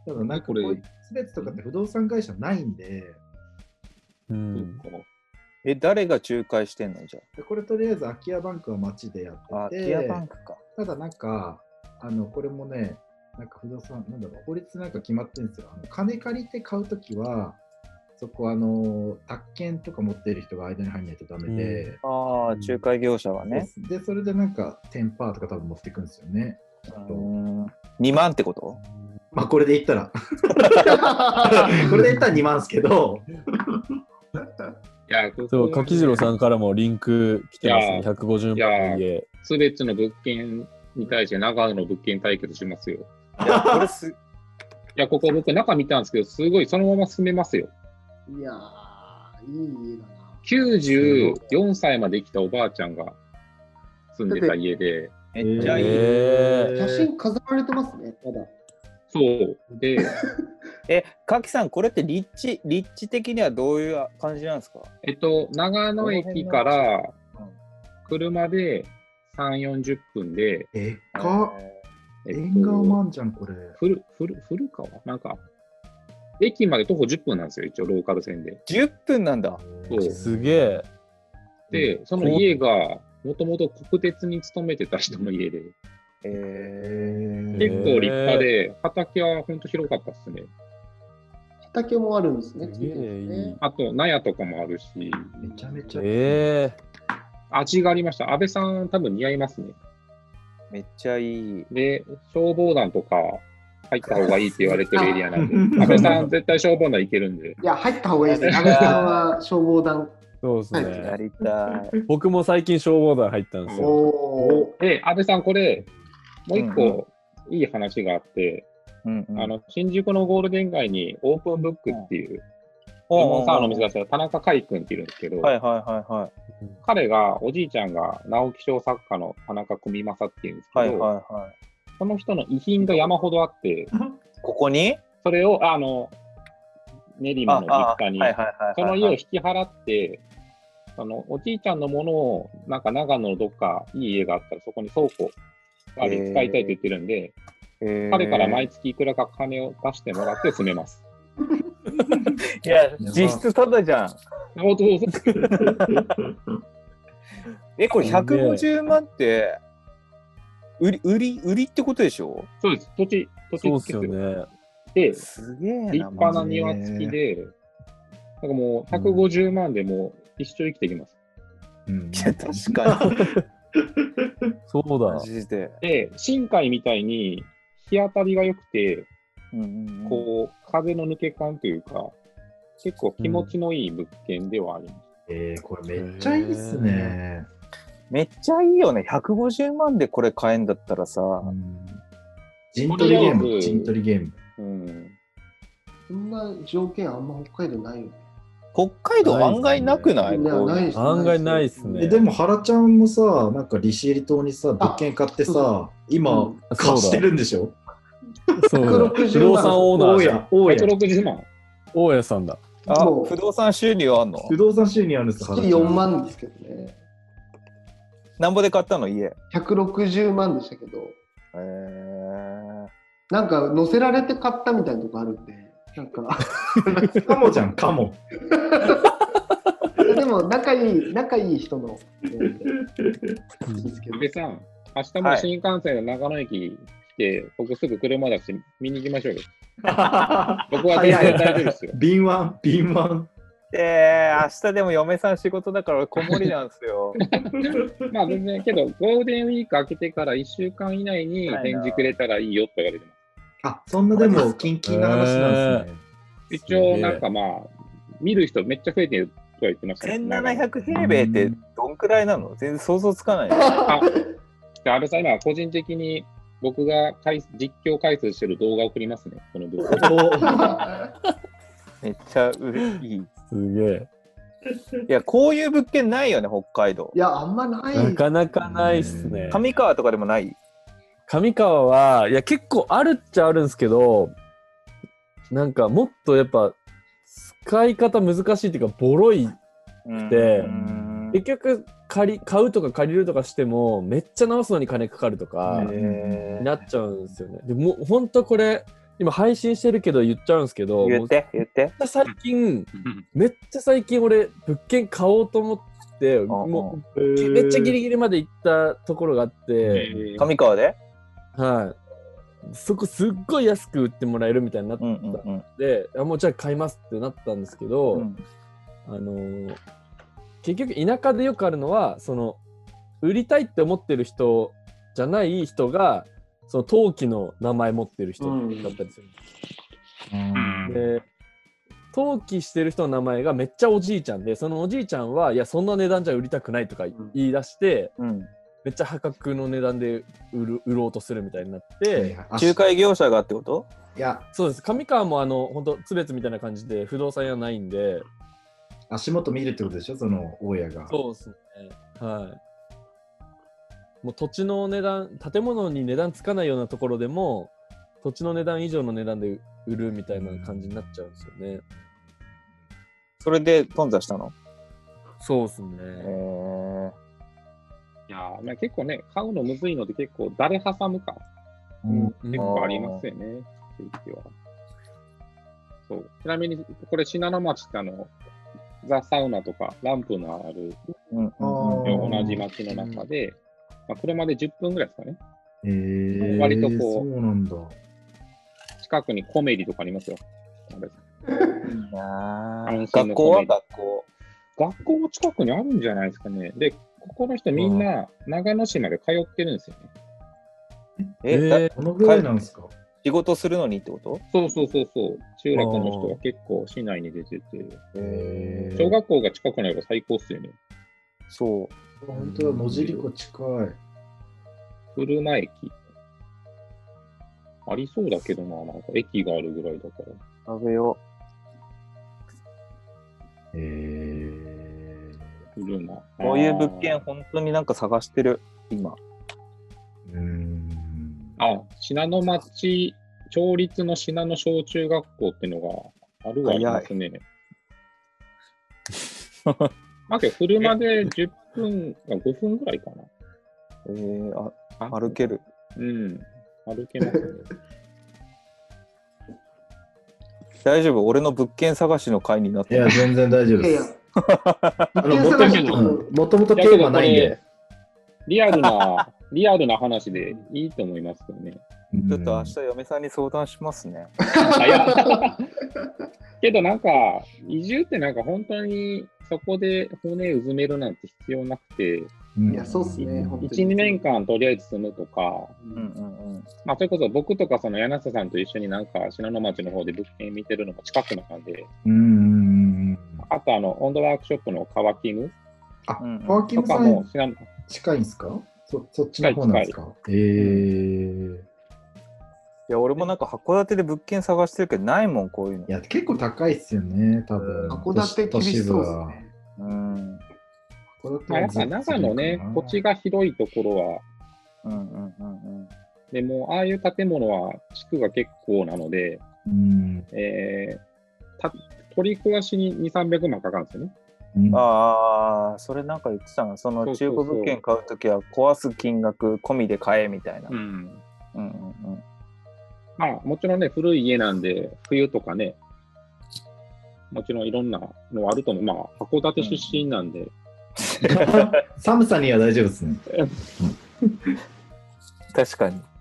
ただなんかここれういう施設とかって不動産会社ないんで、 うん。 え、誰が仲介してんのじゃでこれとりあえず空き家バンクは町でやあ。あ、 ってて、 キアバンクか。 ただなんか、あのこれもね、なんか不動産、なんだろう、法律なんか決まってるんですよ。あの金借りて買うときは、そこあの、宅建とか持ってる人が間に入んないとダメで、 ああ、仲介業者はね。 で、それでなんかじゅっパーセントとか多分持っていくんですよね。きっとうーんにまんってことまあこれで言ったら、これで言ったらにまんですけど、 いや、こそう、 こ柿次郎さんからもリンク来てますね。 いやひゃくごじゅうまんの家。 すべての物件に対して長野の物件対決しますよ。 いや、これす、 いや、ここ僕中見たんですけど、すごいそのまま進めますよ。 いやー、いい家だな。 きゅうじゅうよんさいまで生きたおばあちゃんが住んでた家で、 めっちゃいい。 え写真飾られてますね、まだ。 そう。で、 え、かきさん、これって立地、立地的にはどういう感じなんですか？ えっと、長野駅から車でさん、よんじゅっぷんで、 えっか、 えっと縁側マンじゃん、これ。 古古古川なんか、駅まで徒歩じゅっぷんなんですよ、一応、ローカル線で。 じゅっぷんなんだ。 そうすげえ。 で、その家が、もともと国鉄に勤めてた人の家で、 え結構立派で、畑は本当広かったっすね。 畑もあるんですね。 すげえついてるんですいいね。 あと、納屋とかもあるし、 めちゃめちゃ。 え味がありました。安倍さん、多分似合いますね。 めっちゃいい。 で、消防団とか入った方がいいって言われてるエリアなんで、安倍さん、絶対消防団行けるんで。 いや、入った方がいいです。安倍さんは消防団。 そうですはいね。 やりたい。 僕も最近消防団入ったんですよ。 おー。 で、安倍さん、これ、もう一うん個いい話があって、 うんうん、 あの、新宿のゴールデン街にオープンブックっていう、レおうモンサワーの店出した田中海君っているんですけど、 はいはいはいはい。 彼が、おじいちゃんが直木賞作家の田中組正っていうんですけど、 はいはいはい。 その人の遺品が山ほどあって、 ここにそれを、あの、練馬の実家に、 はいはいはいはい、 その家を引き払って、そのおじいちゃんのものを、なんか長野のどっかいい家があったら、そこに倉庫があり使いたいと言ってるんで、 えー彼から毎月いくらか金を出してもらって住めます。 いや、実質ただじゃん。 本当え、これひゃくごじゅうまんって、売り、売り、売りってことでしょ？ そうです。土地、土そうっすよ地付きですよ。 ね。 で、 すげえな。 立派な庭付きで、なんかもうひゃくごじゅうまんでもう一生生きていきます。 うんいや、確かに。 そうだマ。ジで。 で、新海みたいに日当たりが良くて、 うんうんうん、 こう、風の抜け感というか、結構気持ちのいい物件ではあります。 えー、これめっちゃいいっすね。 めっちゃいいよね。ひゃくごじゅうまんでこれ買えんだったらさ。 うん陣取りゲーム、 とりあえず陣取りゲーム。 うん。 そんな条件あんま北海道ないよね。 北海道案外なくない？ いやこういうないです案外ないっすね。 えでも原ちゃんもさ、なんか利尻島にさ、物件買ってそさ、今、 うん貸してるんでしょ？ そうだ。 ひゃくろくじゅうまん不動産オーナーじゃん。 大家、大家。 ひゃくろくじゅうまん。 大家さんだ。 あもう不動産収入あんの？ 不動産収入あるんです月よんまんですけどね。 なんぼで買ったの家？ ひゃくろくじゅうまんでしたけど、 へーなんか載せられて買ったみたいなとこあるんで、なんかかもじゃん、かも。 でも仲いい仲いい人のいいですけど安倍さん、明日も新幹線で長野駅来て、僕すぐ車出して見に行きましょうよ。僕は全然大丈夫ですよ。 敏腕、敏腕。 えー、明日でも嫁さん仕事だから俺子守りなんですよ。 まあ全然、けど、ゴールデンウィーク明けてからいっしゅうかん以内に返事くれたらいいよって言われてます。 あ、そんなでも、キンキンな話なんですね。 一応、なんかまあ、見る人めっちゃ増えてるとは言ってましたね。 せんななひゃく平米ってどんくらいなの？全然想像つかない。 あ、じゃあ安倍さん、今、個人的に僕が解実況解説してる動画送りますね、この動画。 めっちゃうれいい。 すげえ。 いや、こういう物件ないよね、北海道い。や、あんまない。 なかなかないっすね。 上川とかでもない？ 上川は、いや、結構あるっちゃあるんですけど、なんかもっとやっぱ、使い方難しいっていうか、ボロい。でうん結局、借り、買うとか借りるとかしても、めっちゃ直すのに金かかるとか、 へーになっちゃうんですよね。でもう、ほんとこれ、 今配信してるけど言っちゃうんですけど、 言って言ってめっちゃ最近、めっちゃ最近俺物件買おうと思ってもうめっちゃギリギリまで行ったところがあって上川ではいそこすっごい安く売ってもらえるみたいになったんで、うんうんうん、もうじゃあ買いますってなったんですけど、うん、あのー、結局田舎でよくあるのはその売りたいって思ってる人じゃない人がその登記の名前持ってる人だったりする、うん、で登記してる人の名前がめっちゃおじいちゃんでそのおじいちゃんはいやそんな値段じゃ売りたくないとか言い出して、うん、めっちゃ破格の値段で売る売ろうとするみたいになって仲介業者がってこと？ いやそうです上川もあの本当津別みたいな感じで不動産屋ないんで足元見るってことでしょその大家が。 そうですねはいもう土地の値段建物に値段つかないようなところでも土地の値段以上の値段で売るみたいな感じになっちゃうんですよね。 それで頓挫したの？ そうですね。えー、いやー、まあ、結構ね買うのむずいので結構誰挟むか、うん、結構ありますよね地域は。そうちなみにこれ信濃町ってあのザ・サウナとかランプのある、うん、同じ町の中で、まあ、車でじゅっぷんぐらいですかね。 えー、 割とこう、そうなんだ。 近くにコメリとかありますよ。 あ学校は学校学校も近くにあるんじゃないですかね。で、ここの人みんな長野市まで通ってるんですよね。 えー、 えこのぐらいなんですか？ 仕事するのにってこと？ そうそうそうそう。集落の人は結構市内に出てて、えー、小学校が近くなれば最高っすよね。 そう。 本当だ、野尻湖近い。 車駅。ありそうだけどな、なんか駅があるぐらいだから。 食べよう。えー。車。 こういう物件、本当になんか探してる、今。 うーん。 あ、信濃町、町立の信濃小中学校っていうのがあるわけですね。まあ、けど車でじゅっぷんかごふんぐらいかな。 えー、あ、歩ける。 うん、歩けますね。 大丈夫？俺の物件探しの会になって。 いや、全然大丈夫です。もともとテーマないんで。 リアルな、リアルな話でいいと思いますよね。 ちょっと明日嫁さんに相談しますね。 けどなんか、移住ってなんか本当にそこで骨うずめるなんて必要なくて、 いや、そうっすね。 いち、にねんかんとりあえず住むとか、 うんうんうん、 まあ、それこそ僕とかその柳瀬さんと一緒になんか信濃町の方で物件見てるのも近くなんで、 うんうんうん、 あとあの、オンドワークショップのカワキムあ、カワキムさん近いんですか？そ, そっちの方なんですか？えー。 いや、俺もなんか函館で物件探してるけどないもん、こういうの。 いや、結構高いっすよね、多分。 函館厳しそうですね。 うん。 まあ、やっぱ長野ね、土地が広いところは、 うんうんうんうん。 でも、ああいう建物は地区が結構なので、 うんえー、た取り壊しにに、さんびゃくまんかかるんですよね。 うん、ああ、それなんか言ってたの、その中古物件買うときは壊す金額込みで買えみたいな。 うん。 うんうんうん。 まあ、もちろんね、古い家なんで、冬とかね、もちろんいろんなのあると思う。まあ、函館出身なんで。うん寒さには大丈夫ですね。 確かに。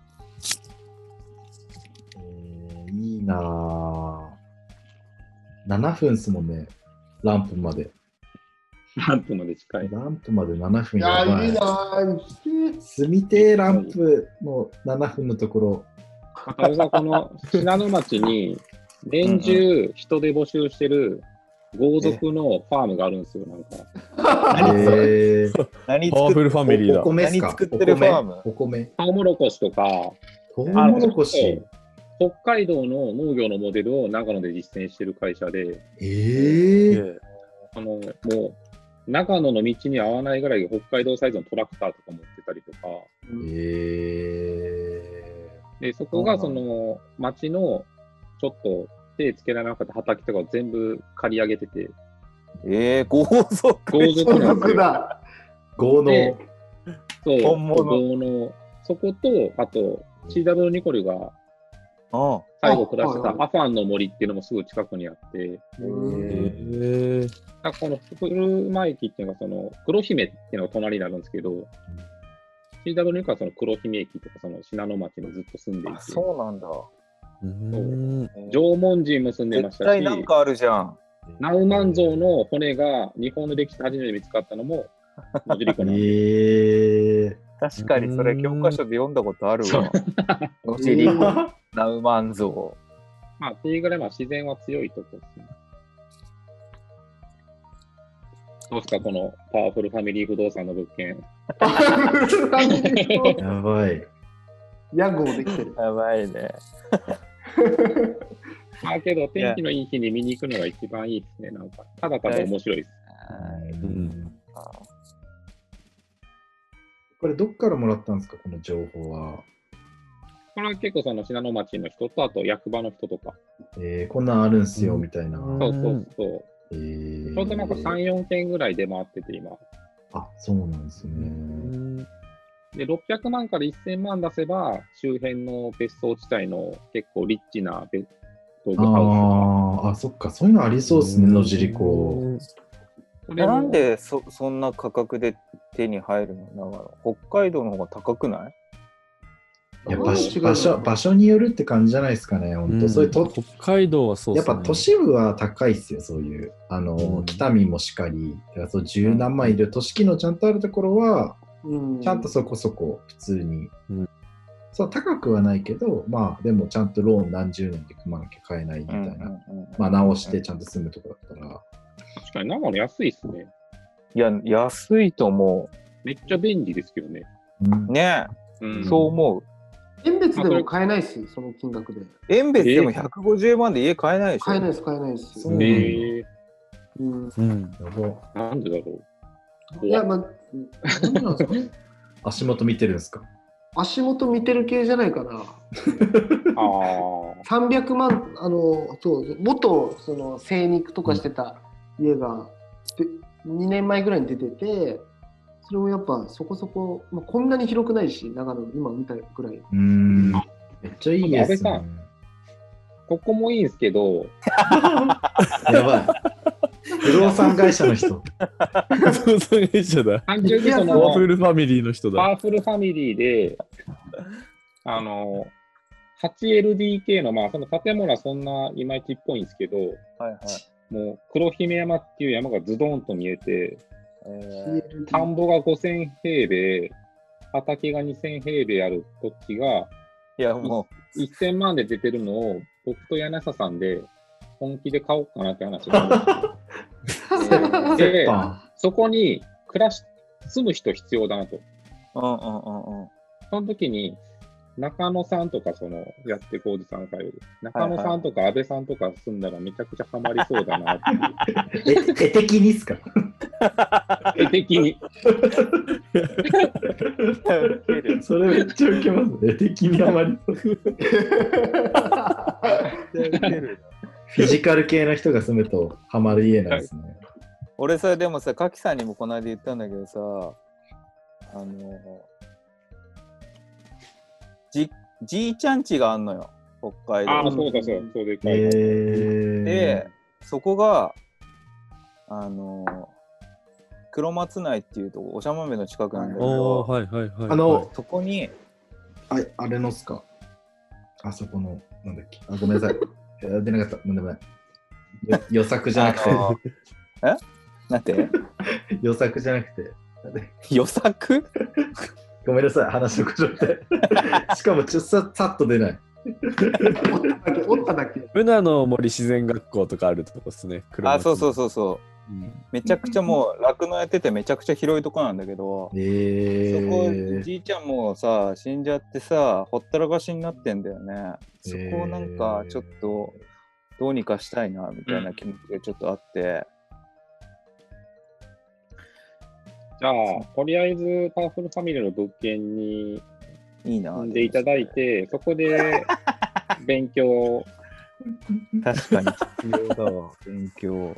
えー、いいなぁ。ななふんっすもんね、ランプまで。 ランプまで近い。 ランプまでななふんやばい。いや、いいなぁ。住みてーランプのななふんのところ。 私はこの信濃町に年中人で募集してる豪族のファームがあるんですよ、なんか。 えー、 何パワフルファミリーだ。 お米っすか？ 何作ってるファーム？ お米。 トウモロコシとか、 トウモロコシ。 北海道の農業のモデルを長野で実践してる会社で、 えー、 あのもう長野の道に合わないぐらい北海道サイズのトラクターとか持ってたりとか、 えー、でそこがその町のちょっと手つけられなかった畑とかを全部借り上げてて、 えー、豪族豪族なんですよ。 豪農。 そう、 本物。 豪農。そこと、あと、シーダブリュー ニコルがあ最後暮らしてたはいはいアファンの森っていうのもすぐ近くにあって、 へえ。 あこの古間駅っていうのがその黒姫っていうのが隣になるんですけど、シーダブリュー はその黒姫駅とかその信濃町にずっと住んでいあ、 て、 そうなんだ。 うん。 縄文人も住んでまし絶たし、 対なんかあるじゃん。 ナウマンゾウの骨が日本の歴史で初めて見つかったのも野尻湖なんで、 ええ確かにそれ教科書で読んだことあるわ。野尻湖ナウマンゾまあっていうぐらいまあ自然は強いところですね。どうですか、このパワフルファミリー不動産の物件。 やばい。 屋号できてる。 ウ。やばいね。 まあけど天気のいい日に見に行くのが一番いいですね。なんかただただ面白いです。 うん。 これどっからもらったんですか、この情報は。 これは結構その信濃町の人と、あと役場の人とか。 えー、こんなんあるんすよ、みたいな。 うんそうそうそう。 えー、 ちょうどなんかさん、よんけんぐらい出回ってて今。 あ、そうなんですね。 で、ろっぴゃくまんからせんまん出せば、周辺の別荘地帯の結構リッチな別棟ハウあーあ、そっか、そういうのありそうですね、野尻湖。 スとか。これもなんで そ, そんな価格で手に入るの？だから北海道の方が高くない？ いやあー場所違う場所場所によるって感じじゃないですかね、本当、 うんそういうと北海道はそうですね。 やっぱ都市部は高いっすよ、そういう。あの、 うん北見もしかり、だからそう十何万いる都市機能ちゃんとあるところは、 うんちゃんとそこそこ普通に。 うんそう高くはないけど、まあでもちゃんとローン何十年で組まなきゃ買えないみたいな。まあ直してちゃんと住むとこだったら。 確かに長野安いっすね。 いや、安いと思めっちゃ便利ですけどね。 うんう。ねうえ、 ん、 そう思う。 遠別でも買えないっす、その金額で。 遠別でもひゃくごじゅうまんで家買えないでしょ。 買えないです、買えないです。 そうえうん、 うん。 やばー、なんでだろう。 いや、まあ、なんでなんですかね。 足元見てるんですか？ 足元見てる系じゃないかな。 ああ。 さんびゃくまん、あの、そう、元、その、精肉とかしてた家が、でにねんまえぐらいに出てて、それもやっぱそこそこ、まあ、こんなに広くないし、長野、今見たぐらい。 うーん。めっちゃいい家っすね。 安倍ここもいいんですけど、 やばい。不動産会社の人。 そうそう会社だ。 単純にそパワのフルファミリーの人だ。 パワフルファミリーで、あの、はちエルディーケー の、まあ、その建物はそんないまいちっぽいんですけど、 はいはい。 もう黒姫山っていう山がズドンと見えて、 え田んぼがごせんへいべい、畑がにせんへいべいある土地がー、いや、もせんまんで出てるのを、僕と柳下さんで本気で買おうかなって話をしてう、 で折半。 そこに暮らし、住む人必要だなと。 うんうんうんうん。 その時に、中野さんとか、その、やってこうじさん会中野さんとか安倍さんとか住んだらめちゃくちゃハマりそうだなっていう。 え、絵的にっすか？ 絵的に。 それめっちゃウケます。絵的にあまりそう。フィジカル系の人が住むとハマる家なんですね。 俺さ、でもさ、カキさんにもこの間言ったんだけどさ、あの、じじいちゃん家があんのよ、北海道ああ、 に。 そうだそうだ、そうでかい。 えで、そこが、あの、黒松内っていうとこ、長豆の近くなんだけおー、 ど、 はいはいはい。 あの、 そこに、 ああれのっすか？あそこの、なんだっけ？あ、ごめんなさい。いや出なかった。なんでもない。よ予策じゃなくて、 あのえなんて予策じゃなくて。なんで予策ごめんなさい、話のことで。しかも、ちょっとささっと出ない。 折っただけ。 ブナの森自然学校とかあるとこですね。 あ、そうそうう。 そうそう。 うんめちゃくちゃもう酪農やっててめちゃくちゃ広いとこなんだけど、 えそこー、 じいちゃんもさ死んじゃってさほったらかしになってんだよね。そこをなんかちょっとどうにかしたいなみたいな気持ちがちょっとあって、 じゃあ、とりあえずパワフルファミリーの物件にいいな住んでいただいて、そこで勉強を。 確かに必要だわ勉強。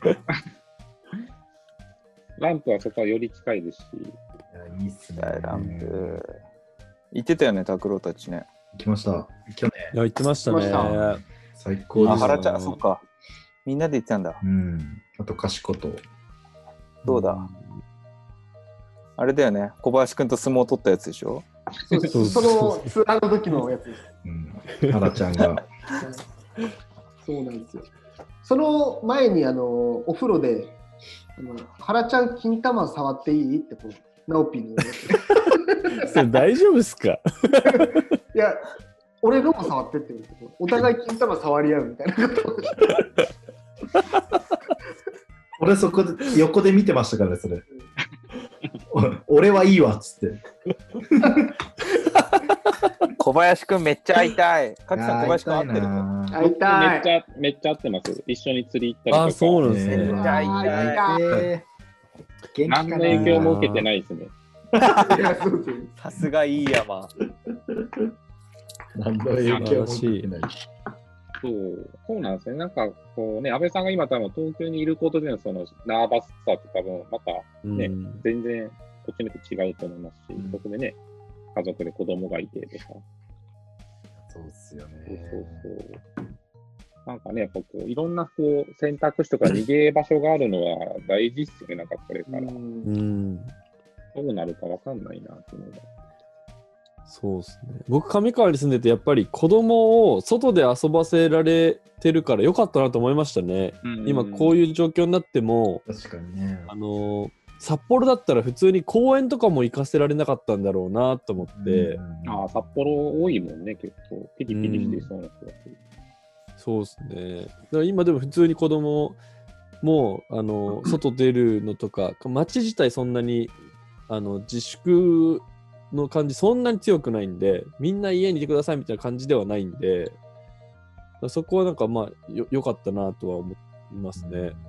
ランプはそこはより近いですし、 いやいいっすね。 ランプ言ってたよね拓郎たちね。 来ました。去年、 いや、言ってましたね。 言ってまあ、 最高です。 原ちゃん、そっか。みんなで行ったんだ。 うん。あと、賢と。 どうだ、あれだよね。小林くんと相撲を取ったやつでしょ。 そうです。そのツアーの時のやつです。 うん。原ちゃんが。 そうなんですよ。その前にあのお風呂であの原ちゃん金玉触っていいってこうナオピーに言われてそれ大丈夫っすか？ いや俺のも触ってって言われてお互い金玉触り合うみたいなことを俺そこで横で見てましたからね、それ。お俺はいいわっつって。 小林くんめっちゃ会いたい。かきさん、小林くん会ってるの？ な会いたいめっちゃ、めっちゃ合ってます。一緒に釣り行ったりとか。 あ、そうなんですね。 めっちゃ会いたい。元気かな何の影響も受けてないですね。 いやそうですよさすがいい山。 何の影響も受けてない。 そうそうなんですね。なんかこうね、安倍さんが今多分東京にいることでのそのナーバスさって多分またね、 うん全然こっちの人違うと思いますし、 うんそこでね、家族で子供がいてとか、 そうっすよそうね。 そうそう。なんかね、やっぱこういろんなこう選択肢とか逃げ場所があるのは大事っすよね、なんかこれから。 うんうん。 どうなるかわかんないなっていうのが。 そうですね。僕、上川に住んでて、やっぱり子供を外で遊ばせられてるから良かったなと思いましたね。今、こういう状況になっても、 確かにね。 あのー札幌だったら普通に公園とかも行かせられなかったんだろうなと思って、 うんああ、札幌多いもんね、結構。ピリピリしてそうな気がする。 そうですね。だから今でも普通に子供もあの外出るのとか、街自体そんなにあの自粛の感じそんなに強くないんで、みんな家にいてくださいみたいな感じではないんで、だからそこはなんかまあよ良かったなとは思いますね。 うんうんうん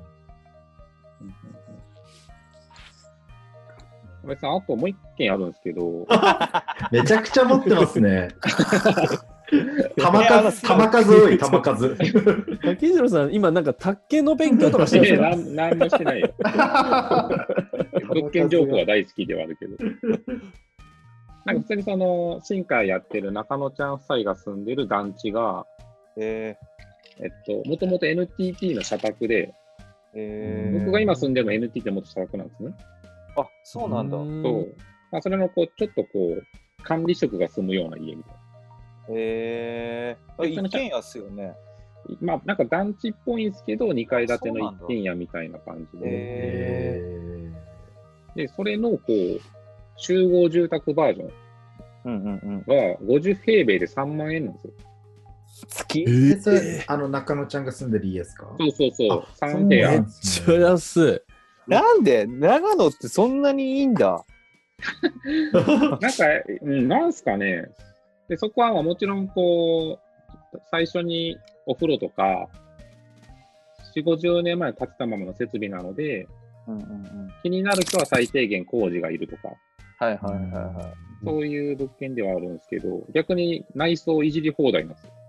安倍さん、あともう一件あるんですけど、 めちゃくちゃ持ってますね。玉数、玉数多い、玉数。 竹次さん、今なんか卓球の勉強とかしてるんですか？ なんなんもしてないよ。物件情報は大好きではあるけど。なんか普通にその、新海やってる中野ちゃん夫妻が住んでる団地が、 ええっと、もともと エヌティーティー の社宅で、 ー、え僕が今住んでるの エヌティーティー ってもっと社宅なんですね。 ー、あ、そうなんだ。 そう。まあ、それのこう、ちょっとこう、管理職が住むような家みたいな。 えー、あ一軒家っすよね。 まあ、なんか団地っぽいんですけど、にかい建ての一軒家みたいな感じで。 えで、それのこう集合住宅バージョンー、うんうんうん。 がごじゅう平米でさんまん円なんですよ。 月えそれあの中野ちゃんが住んでる家ですか？ そうそうそう、 あさん部屋。 めっちゃ安い。 なんで長野ってそんなにいいんだ。 なんか、うんなんすかね。で、そこはまあもちろんこう、最初にお風呂とか、よんじゅう、ごじゅうねんまえ建てたままの設備なので、 うんうんうん。 気になる人は最低限工事がいるとか、 はいはいはいはい。 そういう物件ではあるんですけど、逆に内装いじり放題なんですよ。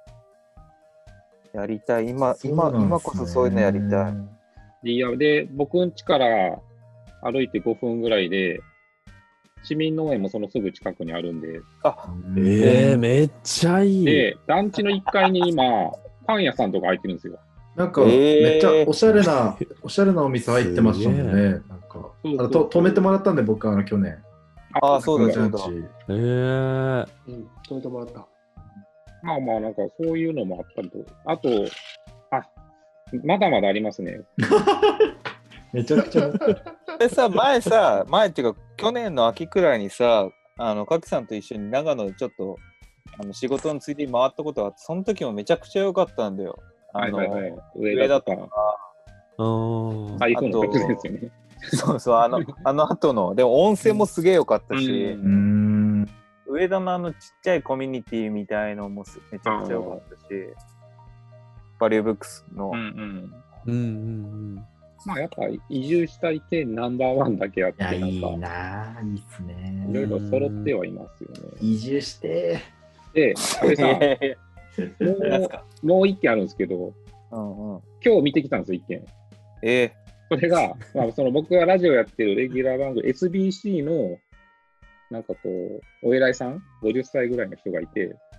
やりたい。今、今、 そうなんですね今こそそういうのやりたい。 でいやで、僕ん家から歩いてごふんぐらいで、市民農園もそのすぐ近くにあるんで、 あ、 えー、めっちゃいい。 で、団地のいっかいに今、パン屋さんとか開いてるんですよ。 なんか、 えーめっちゃおしゃれな、おしゃれなお店入ってましたもんすげね。なんか、 そうそうあのと止めてもらったんで、僕、あの、去年。 あそうだジャンチえー、 うん、止めてもらった。 まあまあ、なんかそういうのもあったりと、あと、あ、まだまだありますね。 めちゃくちゃ。 でさ、前さ、前っていうか、去年の秋くらいにさ、あの、かきさんと一緒に長野でちょっと、あの仕事について回ったことがあって、その時もめちゃくちゃ良かったんだよ。あの、 はいはいはい。 上上田とか、 田とか、 あー台風の直前ですよね。 そうそう、あの、あの後の、でも温泉もすげえ良かったし、 ううーん。 上田のあのちっちゃいコミュニティみたいのもすめちゃくちゃ良かったし、バリューブックスの、 うんうん。 うんうんまあやっぱ移住したい県ナンバーワンだけあって、 いや、 なんか、 いいなぁ。いいっすいろいね。 ろ揃ってはいますよね。 移住して。 で、安倍さん、 なんすかもう、もう一件あるんですけど、 うんうん。 今日見てきたんですよ、一件。 えそれが、まあ、その僕がラジオやってるレギュラー番組 エスビーシー の、なんかこう、お偉いさん、ごじゅっさいぐらいの人がいて、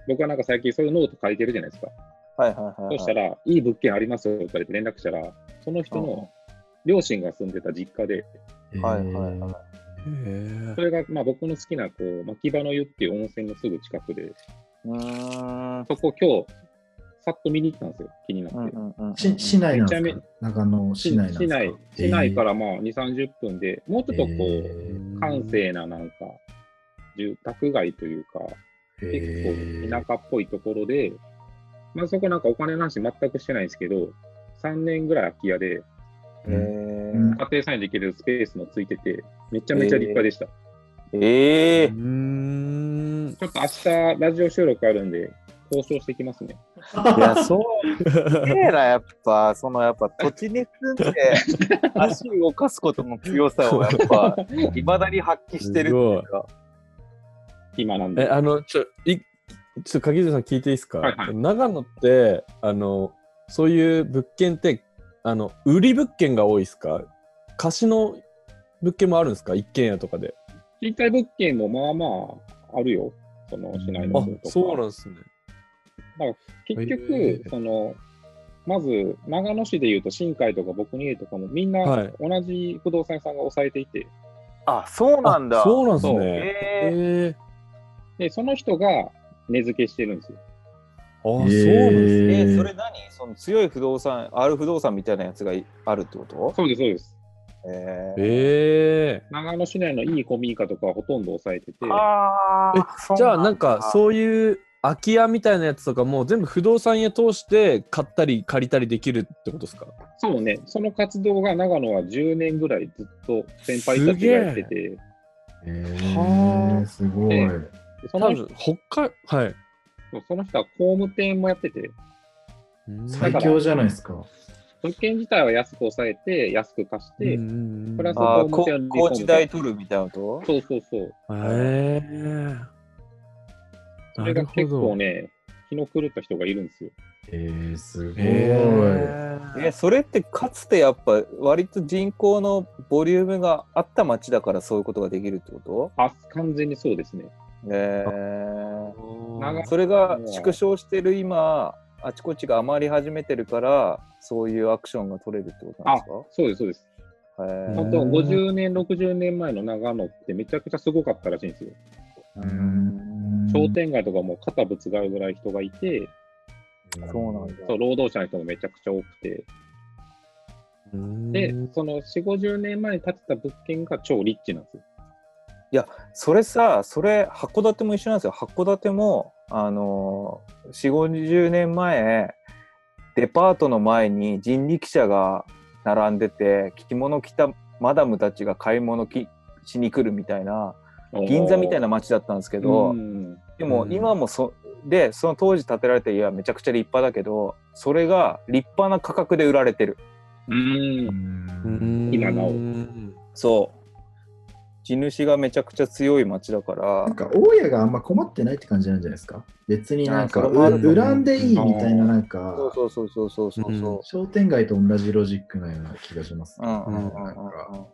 僕はなんか最近そういうノート書いてるじゃないですか。 はいはいはい、はい。 そしたら、いい物件ありますよって言われて連絡したら、その人の両親が住んでた実家で、 はいはいはい。 へそれがまあ僕の好きなこう牧場の湯っていう温泉のすぐ近くで、 うーん。 そこ今日、さっと見に行ったんですよ、気になって。 うんうんうんうん。 し市内なんですめちゃか？長野市内なんですか？ 市内、市内からまあに、さんじゅっぷんで、もうちょっとこう、 ー閑静ななんか、住宅街というか、結構田舎っぽいところで、まあそこなんかお金なし全くしてないんですけど、さんねんぐらい空き家で、 えーうん家庭菜園できるスペースもついてて、めちゃめちゃ立派でした。 ええうーん。 ちょっと明日ラジオ収録あるんで、交渉してきますね。 いや、そう、すげえな、やっぱ、そのやっぱ土地に住んで足を動かすことの強さをやっぱ、いまだに発揮してるっていうか。 え、 今なんで。 あの、ちょ、い、ちょっと鍵津さん聞いていいですか？ はいはい長野って、あの、そういう物件って、あの、売り物件が多いですか？貸しの物件もあるんですか？一軒家とかで。 賃貸物件もまあまああるよ。その市内のあ方とか。、 そうなんですね。 結局、 へえその、まず長野市でいうと新海とか僕の家とかもみんはない同じ不動産屋さんが抑えていて、 あ、そうなんだ。 あそうなんですそうね。 えへで、その人が値付けしてるんですよ。 あ、そうなんー、 ですね。 えー、それ何その強い不動産、ある不動産みたいなやつがいあるってこと？ そうです、そうです。 えー、 え長野市内のいい古民家とかはほとんど抑えてて、 あー、じゃあなんかうそういう空き家みたいなやつとかも全部不動産屋通して買ったり借りたりできるってことですか？ そうね、その活動が長野はじゅうねんぐらいずっと先輩たちがやってて、 えはあー、すごい。 でその多分北海、はい。 その人は工務店もやってて、 最強じゃないですか。 物件自体は安く抑えて、安く貸して、プラスあーこ工務店を高知代取るみたいなこと？ そうそうそう。 へえ。 それが結構ね、気の狂った人がいるんですよ。 えー、すごい。 へえ、それってかつてやっぱ割と人口のボリュームがあった町だからそういうことができるってこと？ あ、完全にそうですね。 え長ー、それが縮小してる今、あちこちが余り始めてるからそういうアクションが取れるってことなんあですか？、 そうです、そうです。 へー本当、ごじゅうねん、ろくじゅうねんまえの長野ってめちゃくちゃすごかったらしいんですよ。 うん商店街とかも肩ぶつかるぐらい人がいて、 そうなんだ。 そう労働者の人もめちゃくちゃ多くて、で、そのよんじゅう、ごじゅうねんまえに建てた物件が超リッチなんですよ。 それさ、それ函館も一緒なんですよ。函館もあのー、よんじゅう、ごじゅうねんまえデパートの前に人力車が並んでて着物着たマダムたちが買い物きしに来るみたいな銀座みたいな街だったんですけど、 うんでも今もそでその当時建てられた家はめちゃくちゃ立派だけど、それが立派な価格で売られてる。 うん今なおそう地主がめちゃくちゃ強い町だからなんか大家があんま困ってないって感じなんじゃないですか。別になんかあそれもあると思う恨んでいいみたいななんかそうそうそうそうそうそうそう商店街と同じロジックなような気がします、ね。 うんうんうんうんなんかうん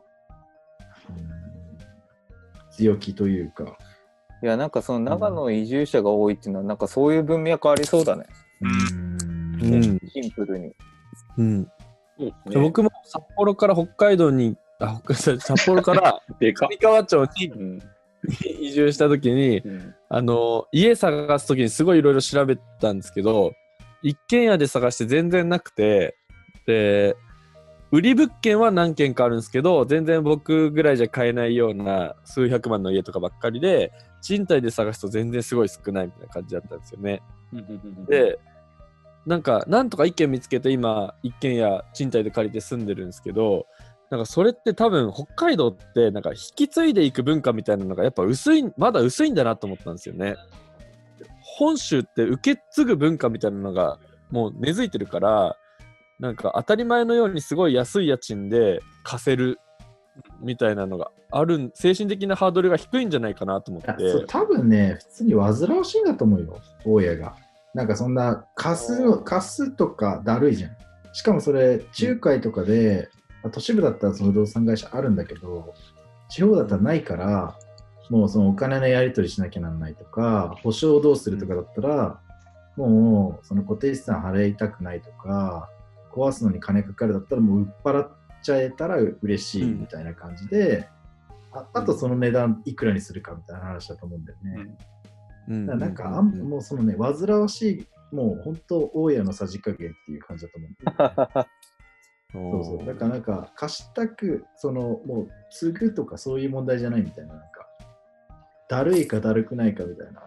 強気というか。 いやなんかその長野移住者が多いっていうのはなんかそういう文脈ありそうだね。 うんシンプルに。 うんそうですね。 僕も札幌から北海道に、あ、北海道札幌からでかっ上川町にうん移住した時に、 うんあの家探す時にすごいいろいろ調べたんですけど、一軒家で探して全然なくて、で売り物件は何軒かあるんですけど、全然僕ぐらいじゃ買えないような数百万の家とかばっかりで、賃貸で探すと全然すごい少ないみたいな感じだったんですよね。でなんかなんとか一軒見つけて今一軒家賃貸で借りて住んでるんですけど、なんかそれって多分北海道ってなんか引き継いでいく文化みたいなのがやっぱ薄い、まだ薄いんだなと思ったんですよね。本州って受け継ぐ文化みたいなのがもう根付いてるから、なんか当たり前のようにすごい安い家賃で貸せるみたいなのがある、精神的なハードルが低いんじゃないかなと思って。 いやそう多分ね、普通に煩わしいんだと思うよ、大家が。なんかそんな貸すの、貸すとかだるいじゃん。しかもそれ、仲介とかで、都市部だったらその不動産会社あるんだけど、地方だったらないから、 もうそのお金のやり取りしなきゃならないとか、保証をどうするとかだったら、もうその固定資産払いたくないとか、壊すのに金かかるだったらもう売っ払っちゃえたら嬉しいみたいな感じで、あ, あとその値段いくらにするかみたいな話だと思うんだよね。 うん、 だからなんかあんもうそのね、煩わしい、もう本当大家のさじ加減っていう感じだと思うんだよね。そうそう。だからなんか貸したく、そのもう継ぐとかそういう問題じゃないみたいな、なんか、だるいかだるくないかみたいな。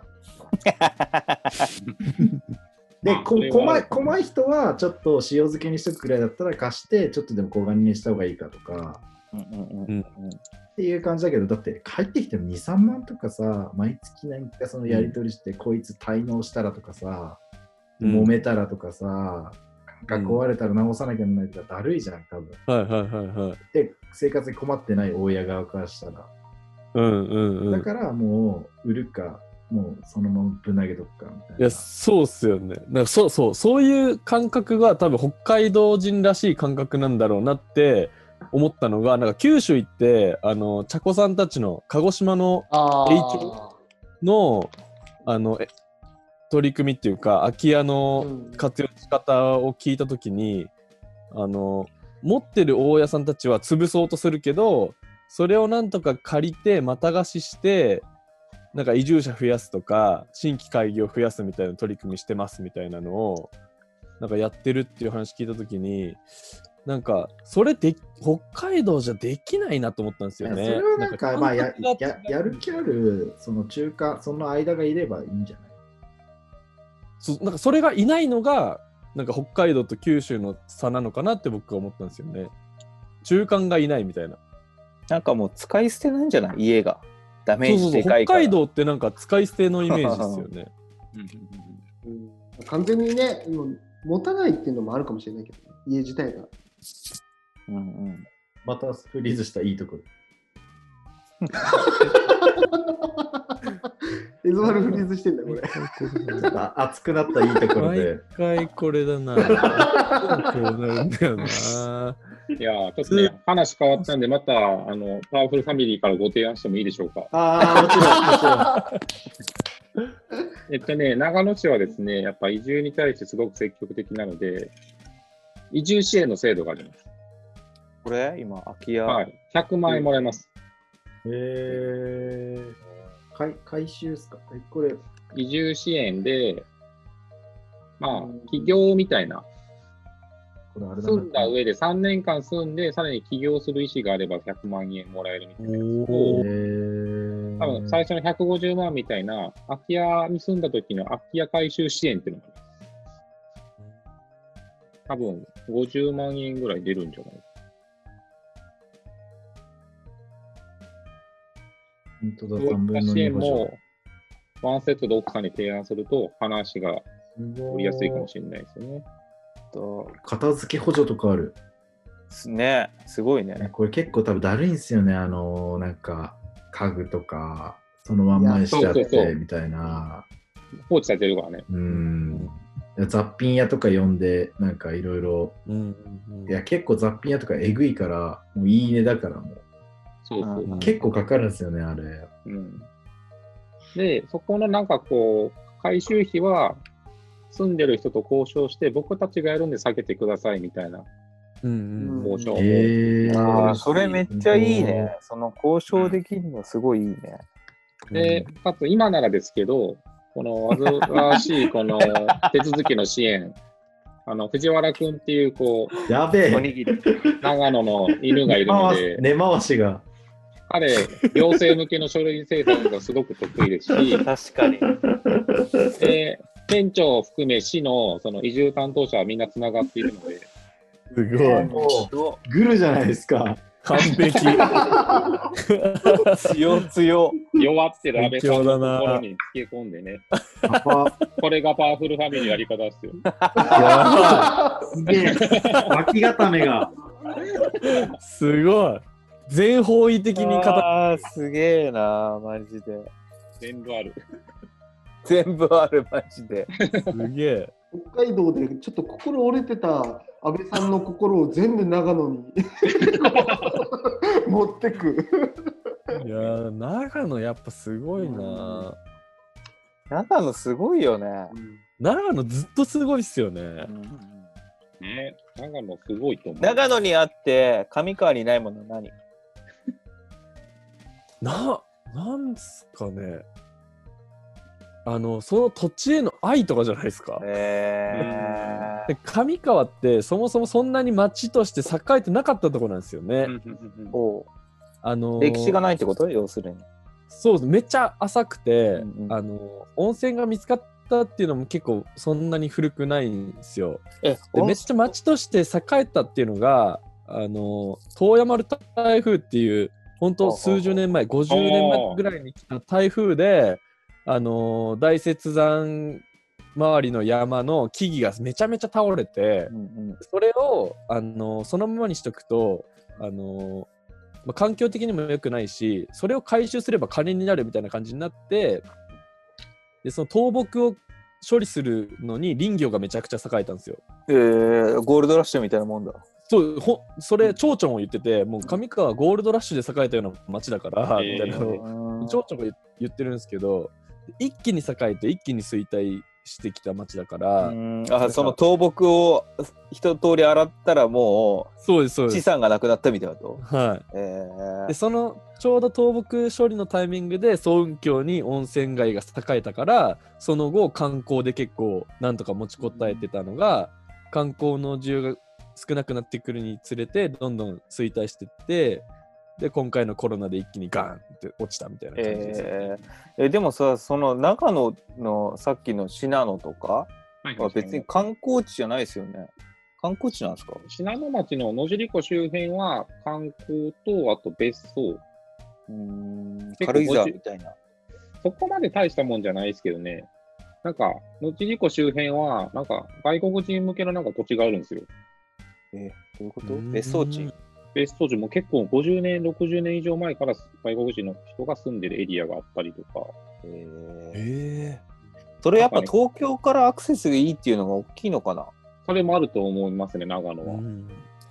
で、こ細い細い人はちょっと塩漬けにしとくくらいだったら貸して、ちょっとでも小金にした方がいいかとか、っていう感じだけど、だって帰ってきてもに、さんまんとかさ、毎月何かそのやり取りして、うん、こいつ滞納したらとかさ、揉めたらとかさ、が壊れたら直さなきゃならないとかだるいじゃん、多分。 はいはいはいはい。 で、生活に困ってない親側からしたら。 うんうんうん。 だからもう売るか、もうそのままぶん投げとくかみたいな。 いや、そうっすよね。なんかそうそう、そういう感覚が多分北海道人らしい感覚なんだろうなって思ったのが、なんか九州行って、あの、茶子さんたちの鹿児島の栄町の、あの、え取り組みっていうか空き家の活用の仕方を聞いたときに、うん、あの持ってる大家さんたちは潰そうとするけど、それをなんとか借りてまた貸ししてなんか移住者増やすとか新規開業増やすみたいな取り組みしてますみたいなのをなんかやってるっていう話聞いたときに、なんかそれで北海道じゃできないなと思ったんですよね。 それはなんかまあ や, や, やる気あるその中間その間がいればいいんじゃない。 そ, なんかそれがいないのがなんか北海道と九州の差なのかなって僕は思ったんですよね。中間がいないみたいな。 なんかもう使い捨てなんじゃない、家がダメージでかいから。 そうそうそう、北海道ってなんか使い捨てのイメージですよね。 うん、完全にねもう持たないっていうのもあるかもしれないけど、ね、家自体が。 うんうん。 またフリーズしたいいところ。 エゾマルフリーズしてんだこれ。 熱くなったいいところで。 毎回これだな。こうなるんだよな。 いや、ちょっとね、話変わったんで、またあのパワフルファミリーからご提案してもいいでしょうか。 ああ、もちろん、もちろん。 えっとね、長野市はですね、やっぱ移住に対してすごく積極的なので、移住支援の制度があります。 これ今、空き家。 はい、ひゃくまんえんもらえます。 へえー。回, 回収ですか？これ移住支援で、まあ、起業みたいな。 これあれだ住んだ上でさんねんかん住んで、さらに起業する意思があればひゃくまんえんもらえるみたいなやつを、多分最初のひゃくごじゅうまんみたいな、空き家に住んだ時の空き家回収支援っていうのがあります。多分ごじゅうまんえんぐらい出るんじゃないですか。 本当だ、 そういった支援もワンセットで奥さんに提案すると話が取りやすいかもしれないですよね。 と片付け補助とかある。 ね、すごいね。 これ結構多分だるいんですよね。あのなんか家具とかそのまんまにしちゃってみたいな。 放置されてるからね。 うん。雑品屋とか呼んでなんかいろいろ。いや結構雑品屋とかえぐいからもういいねだからもう。 そうそう、 結構かかるんですよね、あれ。 うん、で、そこのなんかこう、回収費は住んでる人と交渉して、僕たちがやるんで下げてくださいみたいな交渉も。 えー、あそれめっちゃいいね。その交渉できるのすごいいいね。 で、かつ今ならですけど、この煩わしいこの手続きの支援、あの藤原くんっていう、こう、 やべえ、 長野の犬がいるので、 根回しが。 彼、行政向けの書類生産がすごく得意ですし、 確かに。 で、店長を含め市のその移住担当者はみんなつながっているので、 すごい。グルじゃないですか。 完璧。 強強。 弱ってる安倍さんのところにつけ込んでね。これがパワフルファミリーのやり方ですよ。 すげえ。脇固めが。 すごい。全方位的に語あーすげえな、マジで。 全部ある。 全部ある、マジで。 すげえ。 北海道でちょっと心折れてた安倍さんの心を全部長野に持ってく。 いやー、長野やっぱすごいな。 長野すごいよね。 長野ずっとすごいっすよね。 ね、長野すごいと思う。 長野にあって上川にないものは何？ な、なんすかね。あの、その土地への愛とかじゃないですか。 えで上川ってそもそもそんなに町として栄えてなかったところなんですよね。 ー、おあのー歴史がないってこと要するに。 そうです、めっちゃ浅くて、 うんうん、 あのー温泉が見つかったっていうのも結構そんなに古くないんですよ。 えでめっちゃ町として栄えたっていうのが、あのー遠山丸台風っていう本当数十年前、ごじゅうねんまえぐらいに来た台風で、あのー大雪山周りの山の木々がめちゃめちゃ倒れて、 うんうん、 それを、あのーそのままにしとくと、あのーまあ、環境的にも良くないし、それを回収すれば金になるみたいな感じになって、でその倒木を処理するのに林業がめちゃくちゃ栄えたんですよ。 えー、ゴールドラッシュみたいなもんだ。 そうほそれ町長も言ってて、もう上川はゴールドラッシュで栄えたような町だから、 えーみたいなのを町長が言言ってるんですけど、一気に栄えて一気に衰退してきた町だから、 うんあその倒木を一通り洗ったらもそうですそうです。 う資産がなくなったみたいなこと。 はい。 えー、 でそのちょうど倒木処理のタイミングで層雲峡に温泉街が栄えたから、その後観光で結構なんとか持ちこたえてたのが、観光の需要が少なくなってくるにつれてどんどん衰退していって、で今回のコロナで一気にガーンって落ちたみたいな感じですよね。 えー、えでもさ、その長野のさっきの信濃とかは別に観光地じゃないですよね。観光地なんですか？ 信濃町の野尻湖周辺は観光と、あと別荘。 うーん結構軽井沢みたいな。 そこまで大したもんじゃないですけどね。なんか、野尻湖周辺は、なんか外国人向けのなんか土地があるんですよ。 えー、どういうことうーん別荘地？ 別荘地も結構ごじゅうねん、ろくじゅうねん以上前から外国人の人が住んでるエリアがあったりとか。 えー、 えそれやっぱ東京からアクセスがいいっていうのが大きいのかな？ それもあると思いますね、長野ー、 は。 うん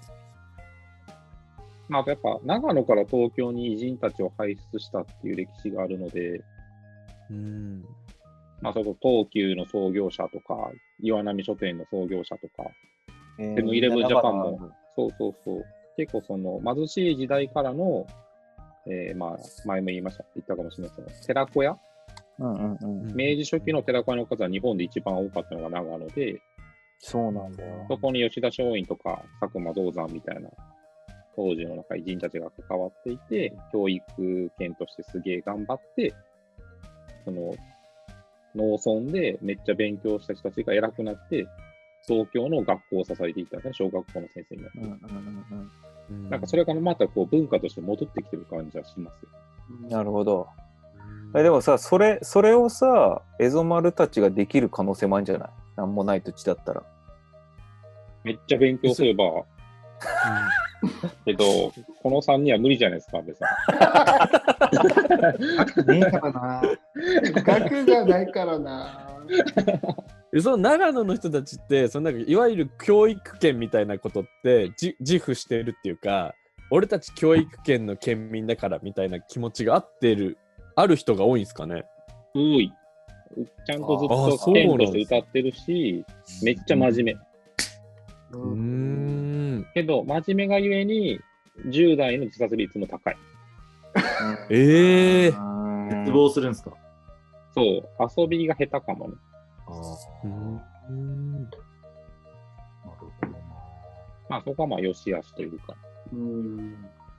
まあ、やっぱ長野から東京に偉人たちを輩出したっていう歴史があるので、 うんまあ、そこ東急の創業者とか、岩波書店の創業者とか、 えーセブンイレブンジャパンも長野そうそうそう、結構その貧しい時代からの、えーまあ、前も言いました、言ったかもしれないですけど、寺子屋、 うんうんうん。 明治初期の寺子屋の数は日本で一番多かったのが長野で、 そうなんだよ。 そこに吉田松陰とか佐久間銅山みたいな当時の中偉人たちが関わっていて、教育圏としてすげえ頑張って、その農村でめっちゃ勉強した人たちが偉くなって、東京の学校を支えていったんですね、小学校の先生になって。 うんうんうんうんなんかそれがまたこう文化として戻ってきてる感じはしますよ。 うん。なるほど。えでもさ、それ、それをさ、蝦夷丸たちができる可能性もあるんじゃない？なんもない土地だったら。 めっちゃ勉強すれば、けど、このさんにんは無理じゃないですか、安部さん。 ねえからな。 額がないからな。 でその長野の人たちってそのなんかいわゆる教育権みたいなことってじ自負してるっていうか、俺たち教育権の県民だからみたいな気持ちがあってるある人が多いんですかね。 多い。ちゃんとずっあーとそうなんです県として歌ってるし、めっちゃ真面目。 うーんけど、真面目がゆえに、じゅう代の自殺率も高い。 ええ絶望するんですか？ そう、遊びが下手かもね。 あうーんなるほどな。 まあそこはまあ良し悪しというか。 うん。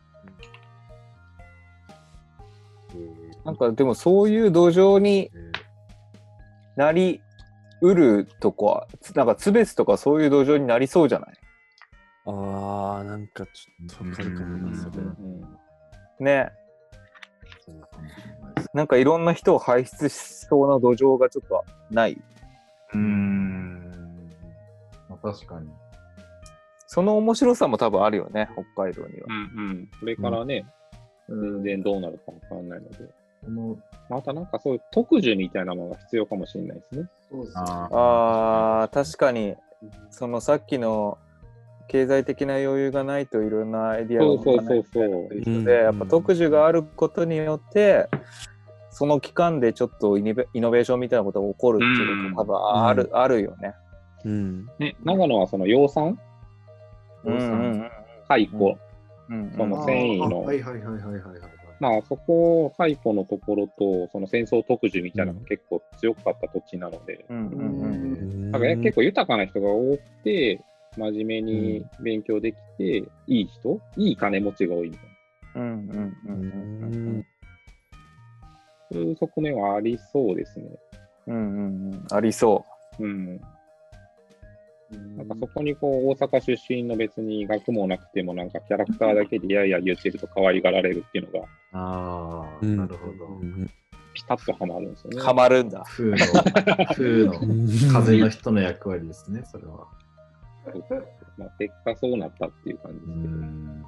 なんかでもそういう土壌になりうるとこは、なんか津別とかそういう土壌になりそうじゃない？ あーなんかちょっとわかるかもなそれ。 うん、 ね。 そうかもしれないです。 なんかいろんな人を輩出しそうな土壌がちょっとない。 うーん。まあ、確かに。 その面白さも多分あるよね、北海道には。 うんうん。これからね、全然どうなるかわからないので。 このまたなんかそういう特需みたいなものが必要かもしれないですね。 そうですね。 ああー、確かに、そのさっきの経済的な余裕がないといろんなアイディアがそう生まないそうそうそう。 と一緒で、やっぱ特需があることによってその期間でちょっとイノベイノベーションみたいなことが起こるっていうことが多分ある、 うんあるよね。 うん。 ね、長野はその養蚕、 うんうん蚕、 うんその繊維のあはいはいはいはいはいはい。 まあそこ、蚕のところと、その戦争特需みたいなのが結構強かった土地なので、 うんうんうんだから結構豊かな人が多くて、真面目に勉強できて、いい人、いい金持ちが多いみたいな。 うんうんうんうんそういう側面はありそうですね。 うんうんうんありそうん。なんかそこにこう大阪出身の別に学もなくてもなんかキャラクターだけでやや言ってると可愛がられるっていうのがああ、 うんなるほど。 ピタッとはまるんですよう。 ね。 ハマるんだ。 風の、風の風の人の役割ですね、それは。 そうそうそうまあ、結果そうなったっていう感じうですけど。 ん。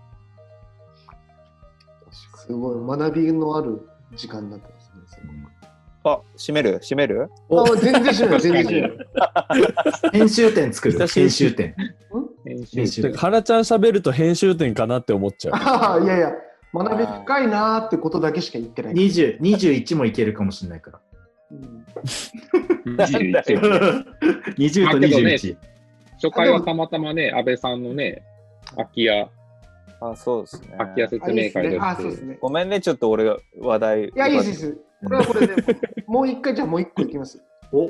すごい学びのある時間になってますね。 あ、閉める閉めるあ全然しない、全然しない。 編集点作る。 久しぶり編集点。 編集編集点。 原ちゃん喋ると編集点かなって思っちゃう。 あいやいや、学び深いなーってことだけしか言ってない。 にじゅう、にじゅういちもいけるかもしれないから。 うんにじゅういちにじゅうとにじゅういち。 初回はたまたまね、安倍さんのね、空き家、 あ、そうですね。 空き家説明会とあ、そうして、 ですね。 ごめんね、ちょっと俺が話題。 いや、いいです。いいですこれはこれで、もう一回、じゃあもう一個いきます。 お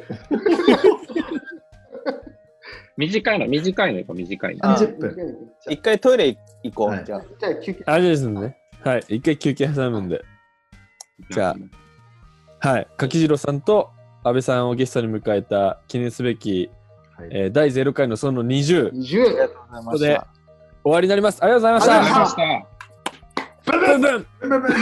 短いの、短いのよ、短いの。 あさんじゅっぷん。 一回トイレ行こう、 はいじゃあ。 じゃあ休憩。 あれですね。はい。一回休憩挟むんで。じゃはい。柿次郎さんと安倍さんをゲストに迎えた記念すべき、 はいえー、だいゼロかいのそのにじゅう、 にじゅう。 ありがとうございましここでた。 終わりになります。ありがとうございましありがとうた。 ございましたブンブンブンブンブンブン